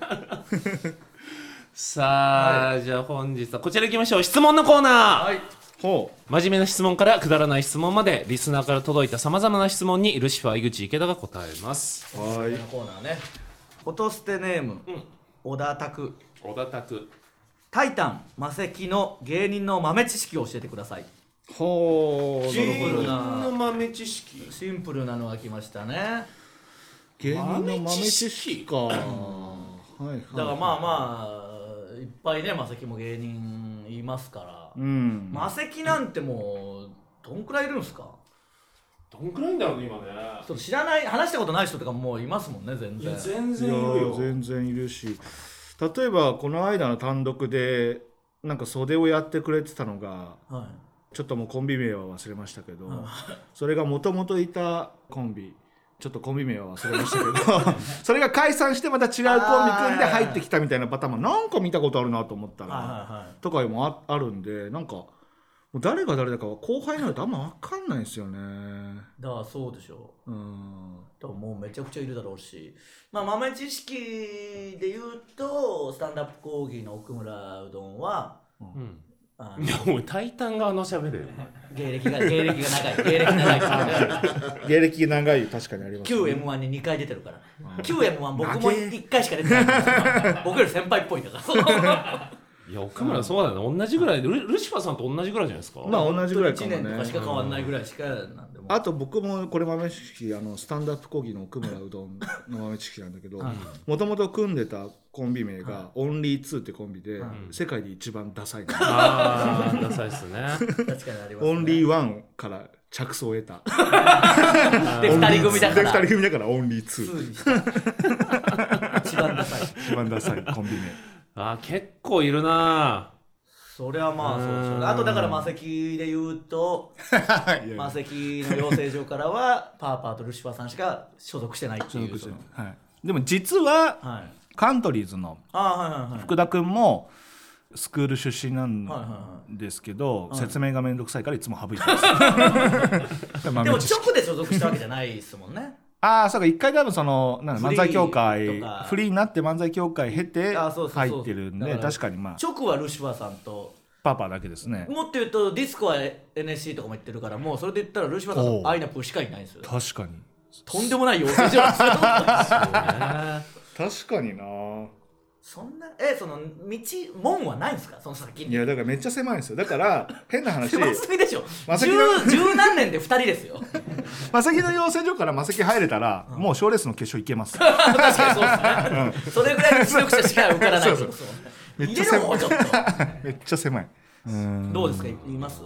さあ、じゃあ本日はこちら行きましょう。質問のコーナー。真面目な質問からくだらない質問までリスナーから届いたさまざまな質問にルシファー井口池田が答えます。 このコーナーね。フォトステネーム小田拓。タイタンマセキの芸人の豆知識を教えてください。 ほう、 芸人の豆知識、 シンプルなのが来ましたね。 芸人の豆知識か、はいはい、 だからまあいっぱいね、マセキも芸人いますから、マセキなんてもうどんくらいいるんですか？ どんくらいんだろうね今ね。 知らない、話したことない人とかもういますもんね。全然いるよ。 全然いるし、例えばこの間の単独でなんか袖をやってくれてたのが、はい、ちょっともうコンビ名は忘れましたけど、それがもともといたコンビ、ちょっとコンビ名は忘れましたけどそれが解散してまた違うコンビ組んで入ってきたみたいなパターンもなんか見たことあるなと思ったら、とかも あるんで、なんかもう誰が誰だか後輩になるとあんま分かんないんですよね。 だからそうでしょう。だからもうめちゃくちゃいるだろうし、まあ豆知識で言うとスタンダップ講義の奥村うどんは、 いやもうタイタン側の喋るよ。 芸歴が長い芸歴長い、確かにあります、ね。 旧 M1 に2回出てるから。旧 M1 僕も1回しか出てない僕より先輩っぽいんだからいや奥村そうだね、同じぐらいでルシファーさんと同じぐらいじゃないですか。 まあ同じぐらいかもね。 1年とかしか変わんないぐらいしかなんでも。 あと僕もこれ豆知識、スタンダップ講義の奥村うどんの豆知識なんだけど、もともと組んでたコンビ名がオンリー2ってコンビで、世界で一番ダサいダサいっすね。 確かにありますね。 オンリー1から着想を得たで2人組だからオンリー2 一番ダサいコンビ名。 結構いるな。 それはまあそうでしょうね。あとだからマセキで言うとマセキの養成所からはパーパーとルシファーさんしか所属してないっていう。 でも実は、カントリーズの福田君もスクール出身なんですけど、説明がめんどくさいからいつも省いてますでも直で所属したわけじゃないですもんねそうか、一回多分その漫才協会フリーになって漫才協会経て入ってるんで、確かにまあ直はルシファーさんとパパだけですね。 もっと言うとディスコは NSC とかも言ってるから、もうそれで言ったらルシファーさんとアイナプーしかいないんですよ。 確かにとんでもない養成所なんですよ確かにな。 そんなその門はないんですか、その先に。 いやだからめっちゃ狭いんですよ。だから変な話狭すぎでしょ。十何年で2人ですよマセキの養成所からマセキ入れたら、もう賞レースの決勝行けます確かにそうですね、それぐらいの実力者しか受からないってことですよね。 めっちゃ狭いめっちゃ狭い。 どうですか、います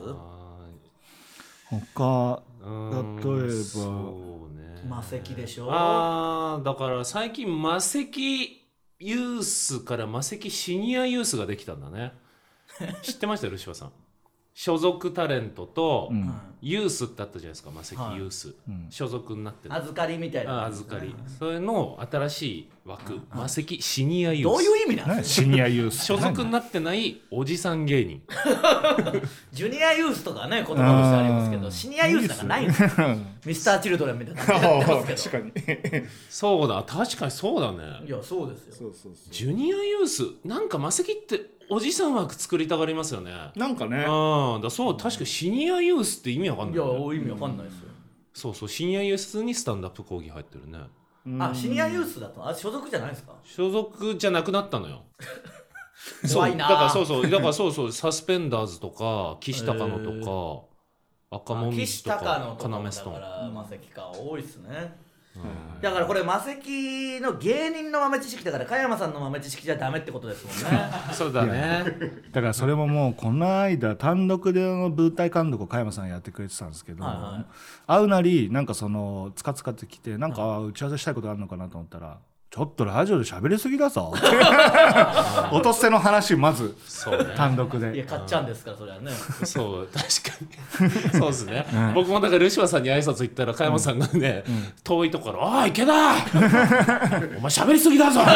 他？例えばマセキでしょ。 だから最近マセキユースからマセキシニアユースができたんだね知ってましたルシファーさん。所属タレントとユースってあったじゃないですか、マセキユース、所属になってる預かりみたいな、 預かり、それの新しい枠、マセキシニアユース。 どういう意味なんですかシニアユース所属になってないおじさん芸人ジュニアユースとかね、言葉としてありますけど、シニアユースなんかないんですよミスターチルドレンみたいな確かにそうだ、確かにそうだね。 いやそうですよ。 ジュニアユースなんかマセキっておじさん枠作りたがりますよね。 なんかね。 そう、確かシニアユースって意味わかんない、ね。 いや意味わかんないですよ。 そうそう、シニアユースにスタンダップ講義入ってるね。 シニアユースだと所属じゃないですか。 所属じゃなくなったのよ怖いな。 だからそうサスペンダーズとか岸高野とか赤もみじとか要ストーン。 だからマセキか多いっすね。だからこれマセキの芸人の豆知識だから加山さんの豆知識じゃダメってことですもんねそうだね。 だからそれももうこの間単独での舞台監督を加山さんやってくれてたんですけど、会うなりなんかそのつかつかってきて、なんか打ち合わせしたいことあるのかなと思ったら、ちょっとラジオで喋りすぎだぞ落とせの話まず単独で。 いやかっちゃんですからそれはねそう確かにそうですね、僕もだからルシファーさんに挨拶行ったら加山さんがね、遠いところ「おい池田お前喋りすぎだぞ」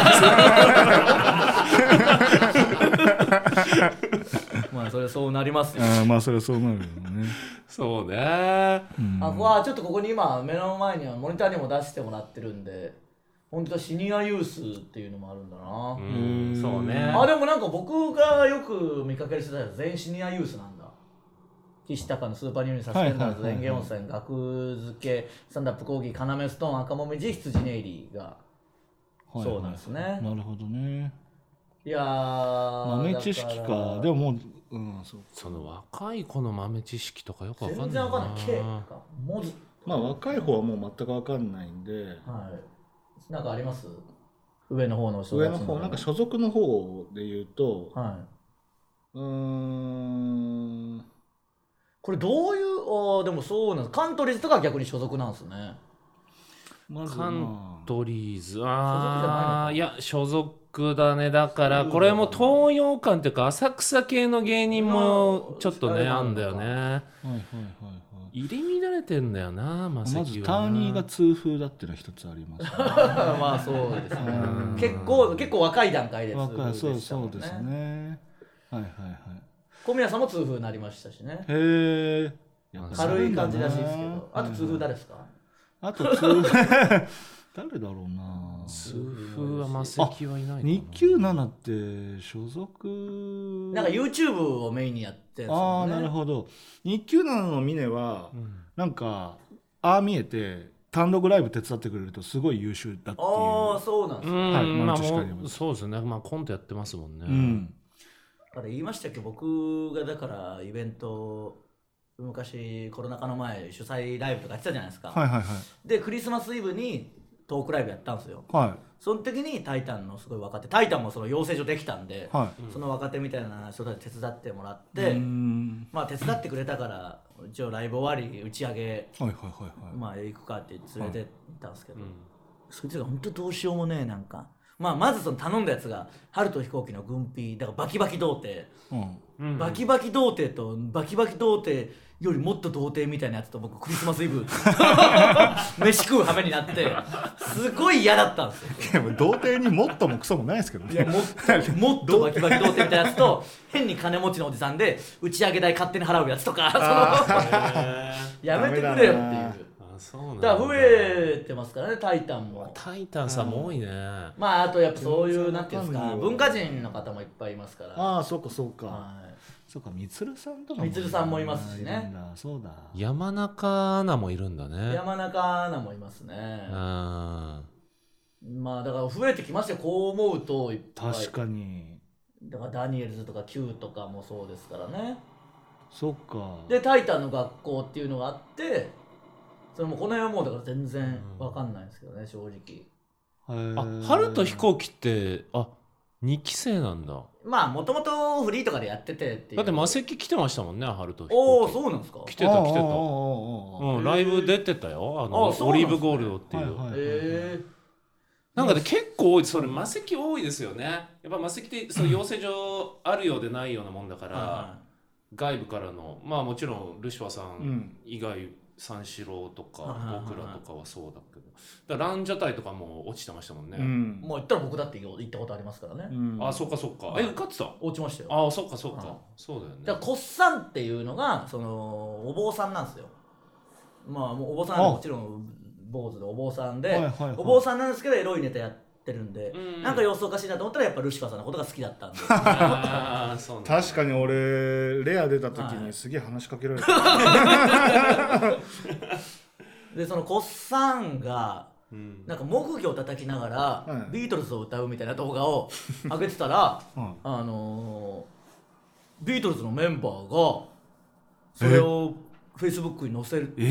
まあそれそうなりますよ。 まあそれそうなるよね。 そうね。 ちょっとここに今目の前にはモニターにも出してもらってるんで、本当はシニアユースっていうのもあるんだな。 そうね。 でもなんか僕がよく見かける世代は全員シニアユースなんだ。岸高のスーパーニューニー、サスペンダーズ、園芸温泉、学付け、スタンダップ講義、要ストーン、赤もみじ、羊ネイリーがそうなんですね。 なるほどね。 いや豆知識か。でももう、 その若い子の豆知識とかよくわかんないな。 全然わかんない。K とか文字。 まあ若い方はもう全くわかんないんで。 はい。なんかあります？上の方の上の方なんか所属の方で言うと、 はい。これどういうでもそうなんです。カントリーズとかは逆に所属なんですね。 カントリーズいや所属だね。だからこれも東洋館っていうか浅草系の芸人もちょっとねあんだよね。入り乱れてんだよな。まずターニーが痛風だっていうのは一つあります、ね、 まあそうですね。結構若い段階で痛風でしたもんね。 そうですね。はいはいはい。 小宮さんも痛風になりましたしね。 へえ。 軽い感じらしいですけど。あと痛風誰ですか？ あと痛風誰だろうな。 痛風はマセキはいないかな。 297って所属なんか YouTube をメインにやってるんですよね。 なるほど。297の峰は、なんかああ見えて単独ライブ手伝ってくれるとすごい優秀だっていう。 そうなんですね。 はい、まあそうですね。まあコントやってますもんね。 だから言いましたっけ、僕がだからイベント昔コロナ禍の前主催ライブとかやってたじゃないですか。 はいはいはい。 でクリスマスイブにトークライブやったんですよ。 はい。 その時にタイタンのすごい若手、タイタンもその養成所できたんで、その若手みたいな人たち手伝ってもらって、まあ手伝ってくれたから一応ライブ終わり打ち上げ、まあ行くかって連れてったんですけど、そいつが本当どうしようもねえ、なんかまずその頼んだやつが春と飛行機の軍ピーだからバキバキ童貞、バキバキ童貞とバキバキ童貞よりもっと童貞みたいなやつと僕クリスマスイブ飯食う羽目になってすごい嫌だったんですよ。 でも童貞にもっともクソもないですけどね。 いやもっとバキバキ童貞みたいなやつと変に金持ちのおじさんで打ち上げ代勝手に払うやつとかやめてくれよっていう。だから増えてますからね、タイタンも。 タイタンさんも多いね。 まああとやっぱそういうなんていうんですか、文化人の方もいっぱいいますから。 そうかそうか。そうか、みつるさんとかも。 みつるさんもいますしね。 そうだ。 山中アナもいるんだね。 山中アナもいますね。まあだから増えてきますよ、こう思うと。 確かに。 だからダニエルズとか Q とかもそうですからね。 そっか。 でタイタンの学校っていうのがあって、それもこの辺はもうだから全然わかんないんですけどね、正直。 春と飛行機って2期生なんだ。 まあもともとフリーとかでやっててっていう。 だってマセキ来てましたもんね、春と飛行機。 そうなんですか。 来てたライブ出てたよ、オリーブゴールドっていう。なんかね結構多い。それマセキ多いですよね。やっぱマセキってその養成所あるようでないようなもんだから外部からの、まあもちろんルシファーさん以外三四郎とか僕らとかはそうだけど、だからランジャタイとかも落ちてましたもんね。 もう言ったら僕だって行ったことありますからね。 そうかそうか。受かってた？ 落ちましたよ。 そうかそうか。そうだよね。 だからコッサンっていうのがそのお坊さんなんですよ。まあもうお坊さんはもちろん坊主でお坊さんで、お坊さんなんですけどエロいネタやってるんで、なんか様子おかしいなと思ったらやっぱルシファーさんのことが好きだったんで。 確かに俺レア出た時にすげえ話しかけられた。 でそのコッサンがなんか木魚を叩きながらビートルズを歌うみたいな動画を上げてたら、ビートルズのメンバーがそれをフェイスブックに載せるって、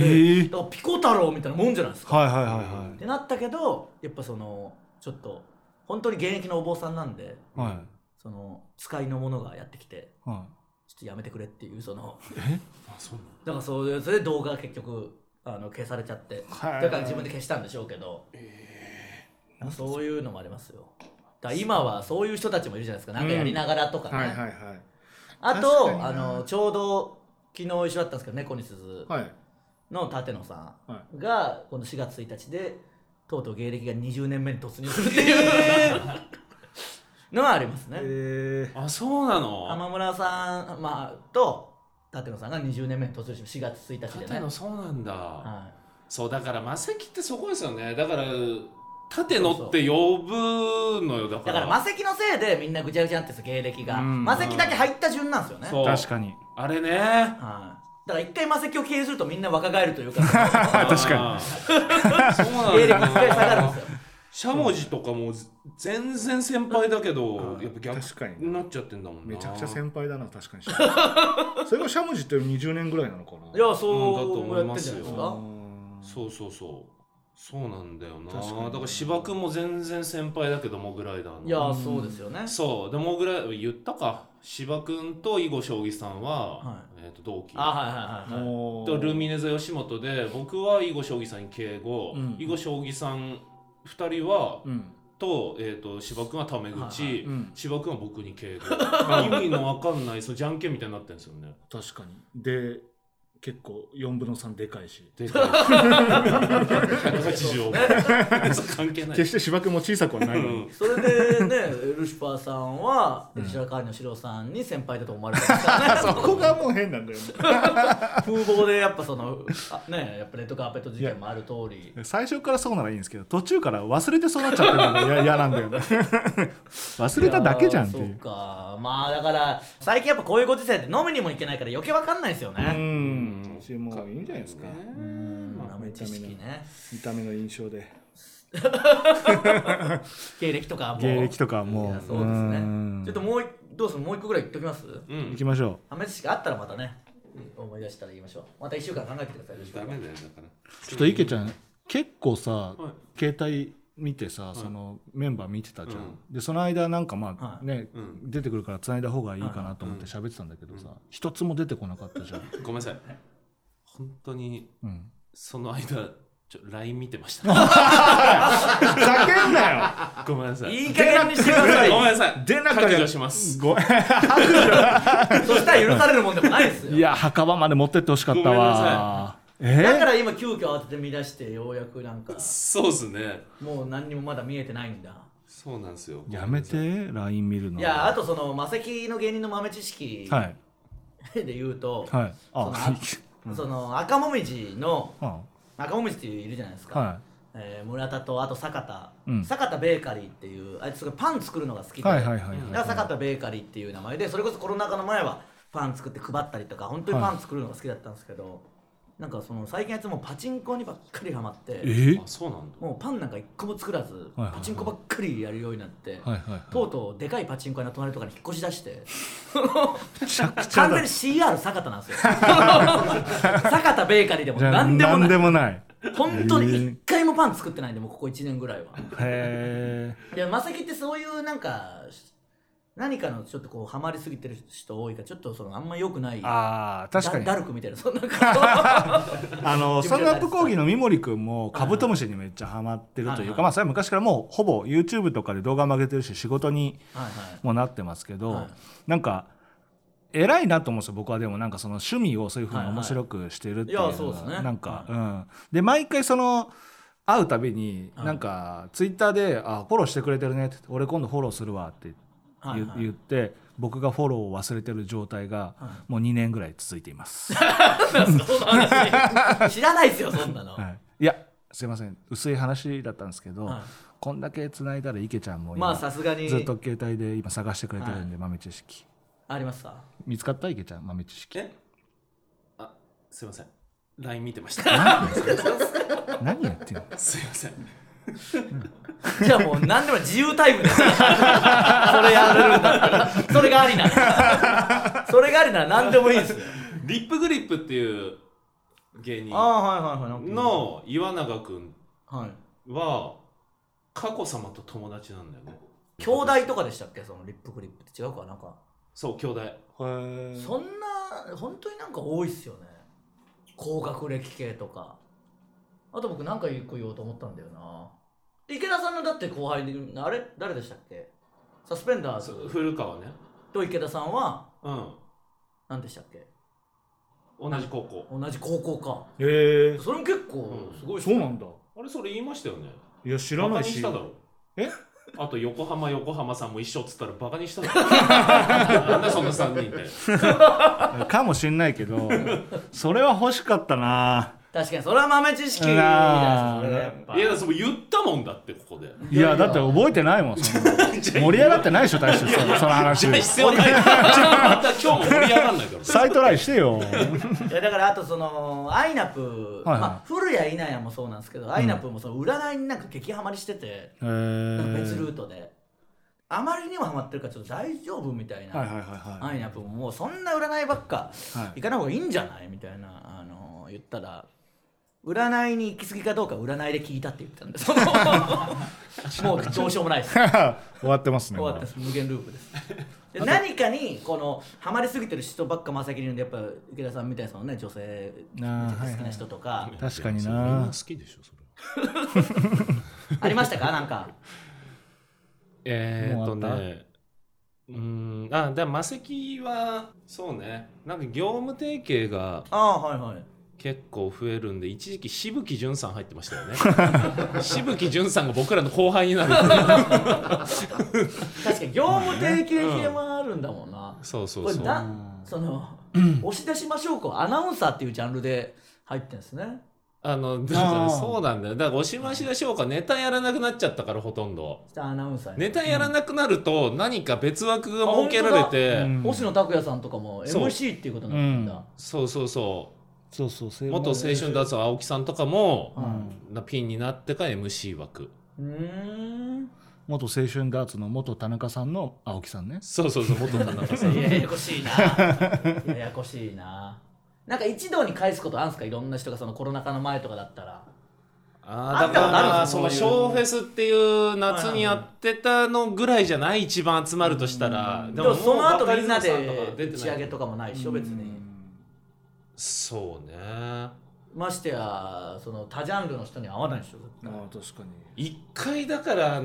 だからピコ太郎みたいなもんじゃないですか。ってなったけどやっぱそのちょっと本当に現役のお坊さんなんで、その使いの者がやってきて、ちょっとやめてくれっていうそのだからそれで動画が結局消されちゃって、だから自分で消したんでしょうけど、そういうのもありますよ。だから今はそういう人たちもいるじゃないですか、なんかやりながらとかね。あとちょうど昨日一緒だったんですけど、猫に鈴の舘野さんがこの4月1日でとうとう芸歴が20年目に突入するっていうのはありますね。 そうなの。 浜村さん、と舘野さんが20年目に突入し4月1日でね。 舘野そうなんだ。そうだからマセキってそこですよね。だから舘野って呼ぶのよ。だからマセキのせいでみんなぐちゃぐちゃになってる芸歴が、マセキだけ入った順なんですよね。 確かにあれね。 だから一回マセキを経営するとみんな若返るというか、 確かに芸歴一回下がるんですよ。 しゃもじとかも全然先輩だけどやっぱ逆になっちゃってんだもんな。 めちゃくちゃ先輩だな確かに。それがしゃもじって20年ぐらいなのかな。 いやそうだと思いますよ。 そうなんだよな。だから芝君も全然先輩だけどモグライダーの。 いやそうですよね。 そうでモグライダー言ったか。芝君と囲碁将棋さんは、同期。とルミネ座吉本で僕は囲碁将棋さんに敬語、囲碁将棋さん2人は、と芝君はタメ口、芝君は僕に敬語。意味の分かんないそのじゃんけんみたいになってるんですよね。 確かに。で結構4分の3でかいし。 でかい。180億。関係ない。 決して芝君も小さくはないのに。 それでねルシファーさんは白川のシロさんに先輩だと思われてますからね。 そこがもう変なんだよね。 風貌でやっぱそのねやっぱレッドカーペット事件もある通り。 最初からそうならいいんですけど途中から忘れてそうなっちゃってるのが嫌なんだよね。忘れただけじゃんっていう。 そうか。まあだから最近やっぱこういうご時世って飲みにも行けないから余計わかんないですよね。 もういいんじゃないですか。 豆知識ね。 見た目の印象で。 芸歴とかも。 芸歴とかも。 そうですね。ちょっともうどうするもう一個ぐらい言っときます？ 行きましょう。 豆知識あったらまたね思い出したら言いましょう。また1週間考えてください。 ダメだよだから。 ちょっと池ちゃん結構さ携帯見てさそのメンバー見てたじゃん。でその間なんかまあね出てくるから繋いだ方がいいかなと思って喋ってたんだけどさ一つも出てこなかったじゃん。 ごめんなさい。本当にその間LINE 見てました。 ふざけんなよ。 ごめんなさい。 いい加減にしてください。 ごめんなさい。 出な削除します。 ごめん。 そしたら許されるもんでもないですよ。 いや墓場まで持ってってほしかったわ。 だから今急遽慌てて見出してようやくなんかそうっすね。 もう何にもまだ見えてないんだ。 そうなんですよ。 やめて LINE 見るの。 いやあとそのマセキの芸人の豆知識で言うと、その赤もみじの赤もみじっていういるじゃないですか。村田とあと坂田ベーカリーっていうあいつがパン作るのが好きで、坂田ベーカリーっていう名前でそれこそコロナ禍の前はパン作って配ったりとか本当にパン作るのが好きだったんですけど。なんかその最近あいつもパチンコにばっかりハマってあそうなんだ。 もうパンなんか一個も作らずパチンコばっかりやるようになってとうとうでかいパチンコ屋の隣とかに引っ越し出して完全に CR 坂田なんですよ。坂田ベーカリーでも何でもない本当に一回もパン作ってないんでもうここ1年ぐらいは。へえ。いやマセキってそういうなんか何かのちょっとこうハマりすぎてる人多いからちょっとそのあんま良くない。 確かにダルクみたいなそんなスタンドアップ講義の三森くんもカブトムシにめっちゃハマってるというか、まあそれは昔からもうほぼ YouTube とかで動画も上げてるし仕事にもなってますけど、なんか偉いなと思うんですよ僕は。でもなんかその趣味をそういうふうに面白くしてるっていうのはなんかで毎回その会うたびになんかツイッターでフォローしてくれてるねって俺今度フォローするわって言って僕がフォローを忘れてる状態がもう2年ぐらい続いています。 知らないですよそんなの。 いやすいません薄い話だったんですけど、こんだけ繋いだら池ちゃんも今さすがにずっと携帯で今探してくれてるんで豆知識ありますか？ 見つかった池ちゃん豆知識。 すいません LINE 見てました。 何やってんの。 すいません。 じゃあもう何でも自由タイムですそれやれるんだったらそれがありなら何でもいいですよ。 リップグリップっていう芸人の岩永くんは佳子様と友達なんだよね。 兄弟とかでしたっけそのリップグリップって違うかなんか。 そう兄弟。 そんな本当になんか多いっすよね高学歴系とか。あと僕なんか一個言おうと思ったんだよな。池田さんのだって後輩であれ誰でしたっけ？サスペンダーズ古川ねと池田さんは何でしたっけ？ 同じ高校か。それも結構すごい。 そうなんだ。 あれそれ言いましたよね。 いや知らないし。 バカにしただろ。あと横浜さんも一緒っつったらバカにしただろ。なんだそんな3人で。 かもしんないけどそれは欲しかったな。 確かにそれは豆知識みたいな。 いやそれ言ったもんだってここで。 いやだって覚えてないもん。その盛り上がってないでしょ大将その話。 必要ない。今日も盛り上がんないから。 再トライしてよ。 いやだからあとそのアイナププ、まあ古谷稲谷もそうなんですけど、アイナップもその占いになんか激ハマりしてて、別ルートであまりにもハマってるからちょっと大丈夫みたいな、アイナップももうそんな占いばっか行かない方がいいんじゃないみたいな言ったら、占いに行き過ぎかどうか占いで聞いたって言ってたんで、もうどうしようもないです終わってますね。 終わってます。無限ループですで何かにこのハマりすぎてる人ばっか真っ先にいるんで、やっぱ池田さんみたいなそのね女性好きな人とか、 確かにな、 みんな好きでしょそれありましたかなんかだマセキはそうね、なんか業務提携が結構増えるんで、一時期しぶきじゅんさん入ってましたよねしぶきじゅんさんが僕らの後輩になる確かに業務提携系もあるんだもんな、 そうそうそう、 これその押し出しましょうかアナウンサーっていうジャンルで入ってんですね。 だからそうなんだよ。だから押しましでしょうか、ネタやらなくなっちゃったから、ほとんどアナウンサーネタやらなくなると何か別枠が設けられて、 星野拓也さんとかも MC っていうことになるんだ。 そうそうそう元青春だダーツの青木さんとかも、ピンになってから MC 枠。 元青春ダーツの元田中さんの青木さんね。 そう元田中さんややこしいなややこしいな。なんか一堂に返すことあるんですか、いろんな人がそのコロナ禍の前とかだったら。 だからそのショーフェスっていう夏にやってたのぐらいじゃない、一番集まるとしたら。 でもその後みんなで打ち上げとかもないでしょ別に。 そうね、 ましてやその多ジャンルの人に合わないでしょ。 確かに一回だから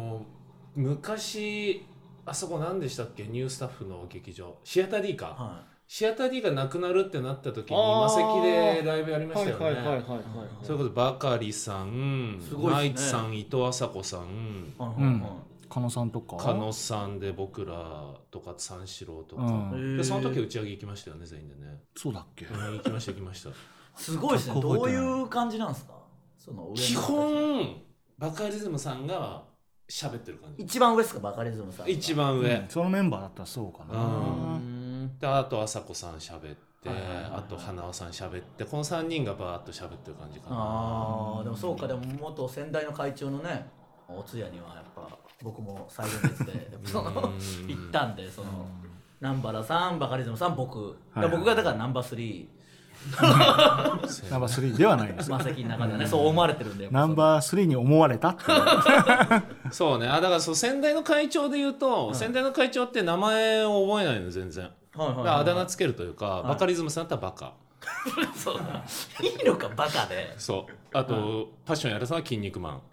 昔あそこ何でしたっけ、ニュースタッフの劇場シアター D か、シアター D がなくなるってなった時にマセキでライブやりましたよね。それこそバカリさん、ナイツさん、伊藤麻子さん、 加野さんとか加野さんで僕らとか三四郎とか、でその時打ち上げ行きましたよね全員でね。 そうだっけ。 行きましたすごいですね。どういう感じなんですか。その上基本バカリズムさんが喋ってる感じ。 一番上ですかバカリズムさん。 一番上、 そのメンバーだったらそうかな。 であと朝子さん喋って、あと花輪さん喋って、この3人がバーッと喋ってる感じかな。 でもそうか。でも元先代の会長のねお通夜にはやっぱ僕も最前列で行ったんで、その南原さんバカリズムさん僕がだからナンバー3 ナンバー3ではないです。 マセキの中でねそう思われてるんで、 ナンバー3に思われたってそうね。だから先代の会長で言うと、先代の会長って名前を覚えないの全然。あだ名つけるというか、バカリズムさんだったらバカそういいのかバカで。 そう、あと、パッションやらさんは筋肉マン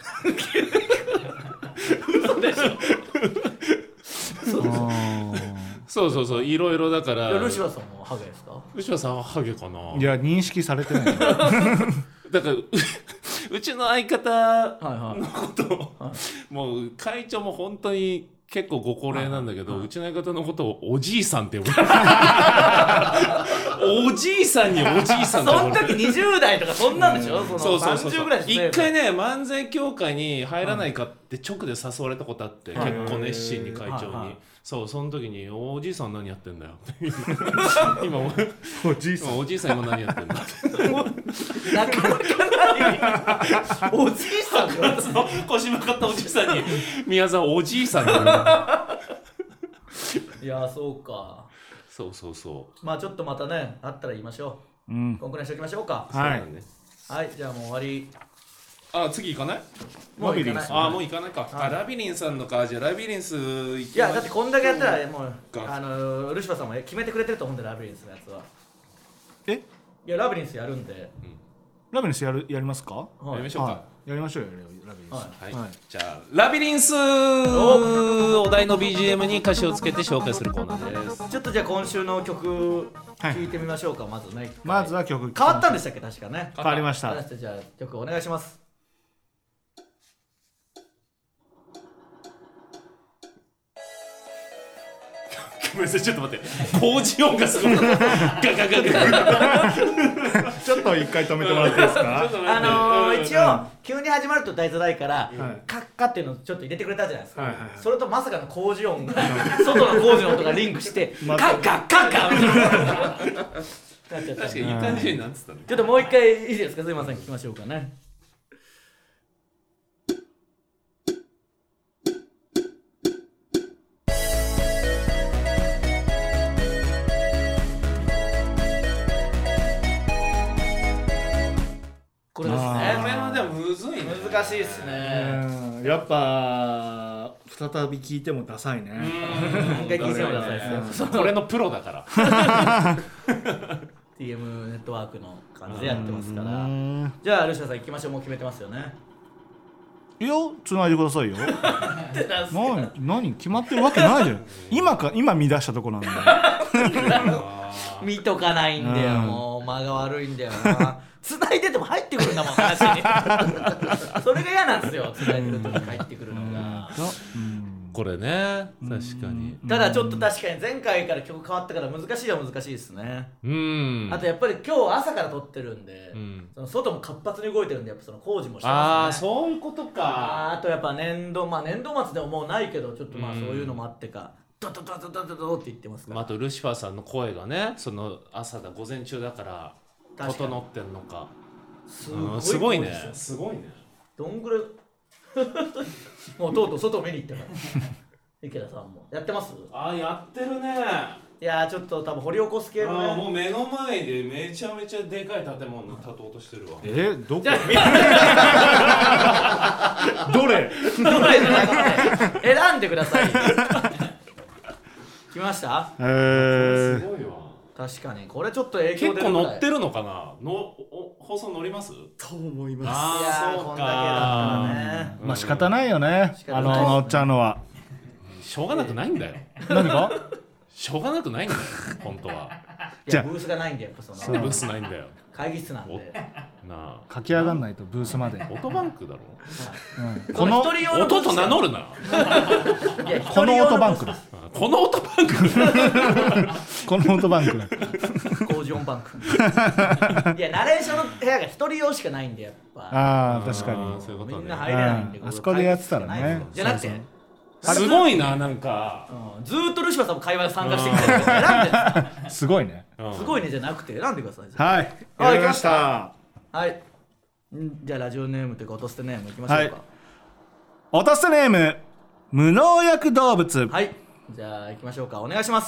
嘘でしょそういろいろだから。 ルシファーさんもハゲですか。 ルシファーさんはハゲかな。 いや認識されてないだからうちの相方のことを、もう会長も本当に結構ご高齢なんだけど、うちの相方のことをおじいさんって呼ぶおじいさんにおじいさんってその時20代とかそんなんでしょ。 そう 30ぐらいですね。 一回ね漫才協会に入らないかって直で誘われたことあって、結構熱心に会長に、その時におじいさん何やってんだよ今おじいさん今何やってんだなかなかないおじいさん腰曲がったおじいさんに宮沢おじいさんにいやそうか。 そうまあちょっとまたねあったら言いましょう。こんくらいしておきましょうか。 はい、 じゃあもう終わり。 次行かない？ もう行かない。 もう行かないか。ラビリンさんのか。じゃあラビリンス行き。 いやだってこんだけやったらもうルシファーさんも決めてくれてると思うんで、ラビリンスのやつは。いやラビリンスやるんで。 ラビリンスやりますか？ やりましょうか。 やりましょうよラビリンス。 じゃあラビリンスお題の BGM に歌詞をつけて紹介するコーナーです。 ちょっとじゃあ今週の曲聴いてみましょうか。まずね。 まずは曲変わったんでしたっけ確かね。 変わりました。 じゃあ曲お願いします。 ごめんなさい、ちょっと待って、工事音がすごいガガガガちょっと一回止めてもらっていいですか？ 一応急に始まると大事ないからカッカっていうのをちょっと入れてくれたじゃないですか。それとまさかの工事音が外の工事の音がリンクしてカッカッカッカみたいな確かにいい感じになってたね。 ちょっともう一回いいですか、すいません、聞きましょうかね。これですね。 これはでもむずいね。 難しいですね。 やっぱ再び聞いてもダサいね。 一回聞いてもダサいですよ。 これのプロだから。 TM ネットワークの感じでやってますから。じゃあルシファーさん行きましょう。もう決めてますよね。 いや、繋いでくださいよ。何決まってるわけないじゃん。今見出したとこなんだよ。 見とかないんだよ、もう間が悪いんだよな。繋いでても入ってくるんだもん、話に。それが嫌なんですよ、繋いでる時に入ってくるのが。 これね、確かに。 ただちょっと確かに前回から曲変わったから難しいは難しいですね。あとやっぱり今日朝から撮ってるんで、その外も活発に動いてるんで、やっぱその工事もしてますね。 そういうことか。 あとやっぱ年度末でももうないけど、ちょっとそういうのもあってか、ドドドドドドドって言ってますから。 あとルシファーさんの声がね、その朝だ午前中だから整ってんのか。すごいね。すごいね。 どんぐらいもうとうとう外を見に行ったから池田さんもやってます？ やってるね。 いやちょっと多分掘り起こす系のね。 もう目の前でめちゃめちゃでかい建物建とうとしてるわ。 どこ？ どれじゃなくて選んでください。来ました？ すごいわ。 確かにこれちょっと影響出るぐらい。 結構乗ってるのかな。放送乗ります？ と思います。 いやこんだけだったらね。 まあ仕方ないよね。乗っちゃうのは。 しょうがなくないんだよ。 何が？ しょうがなくないんだよ。本当は。 いやブースがないんだよ。 そのブースないんだよ。 会議室なんで。 駆け上がんないとブースまで。 オートバンクだろ。 この音と名乗るな。 このオートバンクだ。 このオートバンク。 このオートバンクだ。 工事音バンク。いやナレーションの部屋が一人用しかないんでやっぱ。 確かに。 みんな入れないんで。 あそこでやってたらね。 じゃなくて。 すごいな、なんかずーっとルシファーさんも会話に参加してきてるけど選んですごいね。 すごいねじゃなくて選んでください。 はいやりました。 はい、じゃあラジオネームというか音捨てネームいきましょうか。 音捨てネーム無農薬動物。 はい、じゃあいきましょうか。お願いします。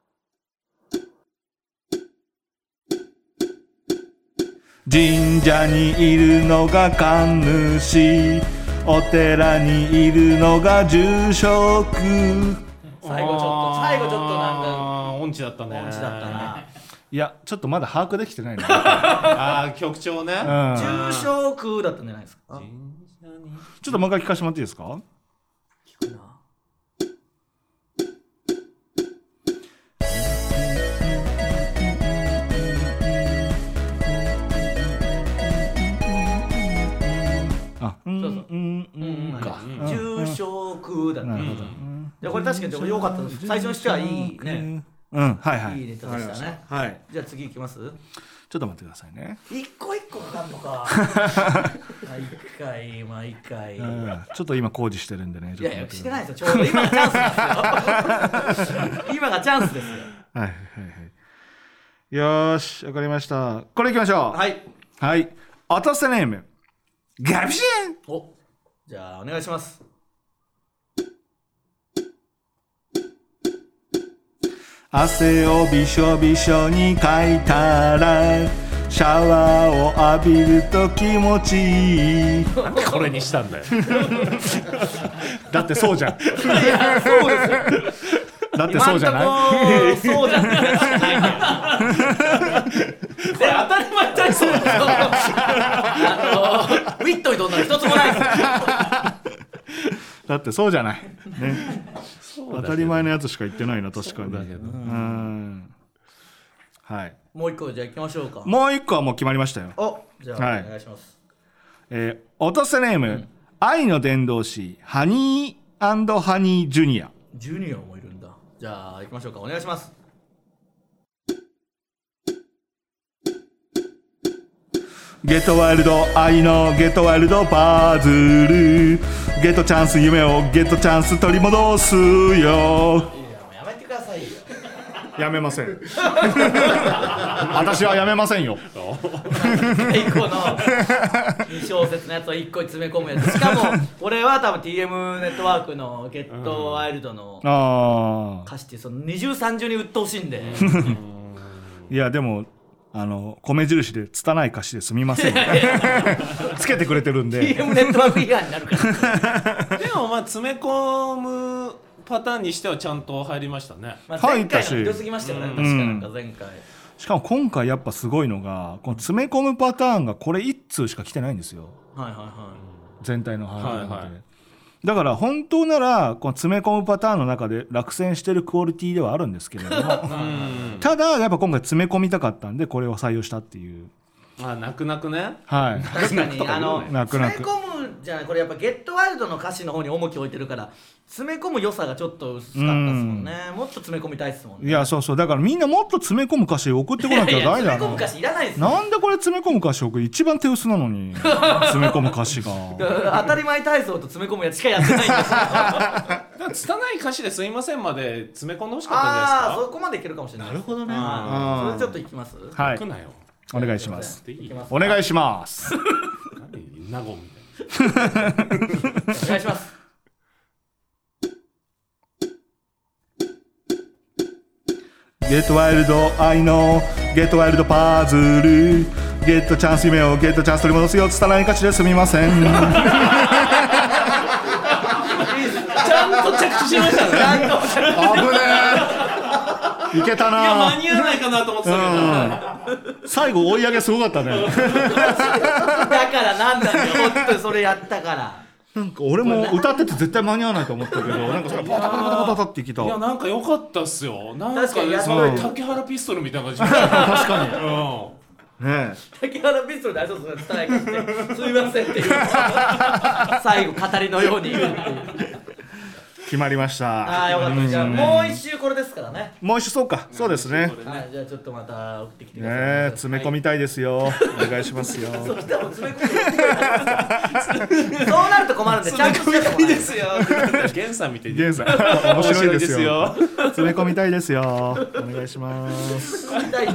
神社にいるのが神主、お寺にいるのが住職。 最後ちょっとなんか音痴だったね。 音痴だったな。 いやちょっとまだ把握できてないね。 局長ね。 住職だったんじゃないですか。 ちょっともう一回聞かせてもらっていいですか。 聞くな。住職だった。いやこれ確かに良かったです。最初の人はいいね。いいネタでしたね。はい。じゃあ次行きます。 ちょっと待ってくださいね。 一個一個かかんのか。毎回。 ちょっと今工事してるんでね。 いやいやしてないですよ。ちょうど今がチャンスですよ。今がチャンスですよ。 はいはいはい。よーしわかりました。これいきましょう。 はいはい。音捨てネームガビシン。 お、じゃあお願いします。 汗をびしょびしょにかいたらシャワーを浴びると気持ちいい。 なんでこれにしたんだよ。 だってそうじゃん。 いやそうですよ。 だってそうじゃない。 そうじゃないしかないんだよ。これ当たり前じゃん。そうですよ。ウィットに飛んだら一つもないですよ。 だってそうじゃない。ね。当たり前のやつしか言ってないな確かに。はい。 もう一個じゃあ行きましょうか。 もう一個はもう決まりましたよ。 じゃあお願いします。 音捨てネーム、愛の伝道師ハニー&ハニージュニア。 ジュニアもいるんだ。じゃあ行きましょうか。お願いします。 ゲットワイルド愛のゲットワイルドパズル、ゲットチャンス夢をゲットチャンス取り戻すよ。 いやもうやめてくださいよ。 やめません私はやめませんよ 1個の2小節のやつを1個に詰め込むやつ。しかも俺は多分 TM ネットワークのゲットワイルドの歌詞ってその二重三重に鬱陶しいんでいやでも米印で拙い歌詞ですみませんつけてくれてるんで TM ネットワーク違反になるからでもまあ詰め込むパターンにしてはちゃんと入りましたね。 まあ前回のひどすぎましたよね、確かなんか前回。 しかも今回やっぱすごいのがこの詰め込むパターンがこれ1通しか来てないんですよ。 はいはいはい。 全体の範囲の中で。だから本当ならこの詰め込むパターンの中で落選してるクオリティではあるんですけれどもただやっぱ今回詰め込みたかったんでこれを採用したっていう。 泣く泣くね。 はい。 確かに泣く泣く詰め込むじゃないこれやっぱゲットワイルドの歌詞の方に重きを置いてるから詰め込む良さがちょっと薄かったですもんね。もっと詰め込みたいですもんね。 いやそうそうだからみんなもっと詰め込む歌詞送ってこなきゃダメだよな。 詰め込む歌詞いらないですよ。 なんでこれ詰め込む歌詞送る一番手薄なのに詰め込む歌詞が当たり前体操と詰め込むやつしかやってないんですよ。 拙い歌詞ですいませんまで詰め込んでほしかったんじゃないですか。 ああそこまでいけるかもしれない。 なるほどね。 それちょっといきます。 はい。 行くなよ。 お願いします。 いいお願いします。 何ナゴみたいな。 お願いします。 ゲットワイルド愛のゲットワイルドパズルゲットチャンス夢をゲットチャンス取り戻すよ拙い歌詞ですみません。 ちゃんと着地しましたね。 危ねえ。いけたな。 いや間に合わないかなと思ってたけど。 最後追い上げすごかったね。 だからなんだよ本当にそれやったから。 なんか俺も歌ってて絶対間に合わないと思ったけどなんかそれパタパタパタパタってきた。 いやなんか良かったっすよ。なんか確かにすごい竹原ピストルみたいな感じ。 確かに。ねえ。 竹原ピストルであそうですね伝えかしてすみませんっていう最後語りのように言うっていう。 決まりました。 ああよかった。じゃあもう一周これですからね。 もう一周そうか。そうですね。 はいじゃあちょっとまた送ってきてください。 ねえ詰め込みたいですよ。お願いしますよ。 そしたらもう詰め込みそうなると困るんでちゃんとしてた方がいいですよ。 ゲンさんみたいに。 ゲンさん面白いですよ。詰め込みたいですよ。お願いします。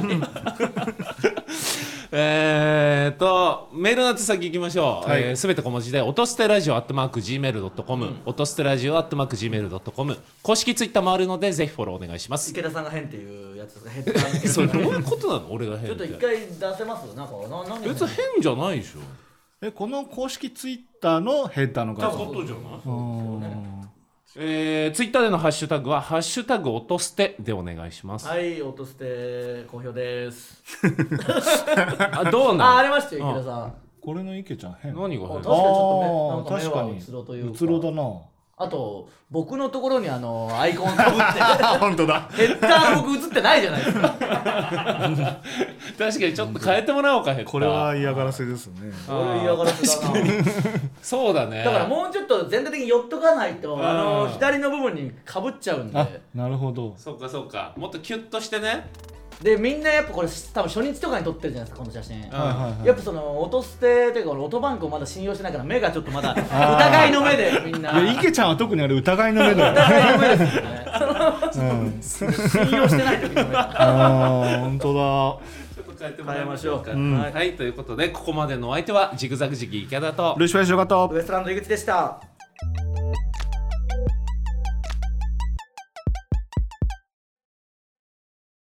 メールの宛先いきましょう。すべて小文字で音捨てラジオ@gmail.com 音捨てラジオ@gmail.com 公式ツイッターもあるのでぜひフォローお願いします。 池田さんが変っていうやつです変ってそれどういうことなの？俺が変ってちょっと一回出せます？なんか何別に変じゃないでしょ。 この公式ツイッターのヘッダーの画像ことじゃないツイッターでのハッシュタグはハッシュタグ音捨てでお願いします。 はい音捨て好評ですどうなんありましたよ池田さん。 これの池ちゃん変。 何が変？ 確かにちょっとねなんか目はうつろというかうつろだな。 あと僕のところにアイコンかぶって本当だ。 ヘッダー僕映ってないじゃないですか。 確かにちょっと変えてもらおうかヘッダー。 これは嫌がらせですね。 これ嫌がらせだな。 そうだね。 だからもうちょっと全体的に寄っとかないと左の部分にかぶっちゃうんで。 なるほど。 そうかそうか。もっとキュッとしてね。 でみんなやっぱこれ多分初日とかに撮ってるじゃないですかこの写真。 やっぱその音捨てというか音バンクをまだ信用してないから目がちょっとまだ疑いの目でみんな。 いや池ちゃんは特にあれ疑いの目だよ。 疑いの目ですよね。信用してない時の目。 本当だ。 変えましょう。 はいということでここまでのお相手はジグザグジギー池田とルシファーショガトウエストランド井口でした。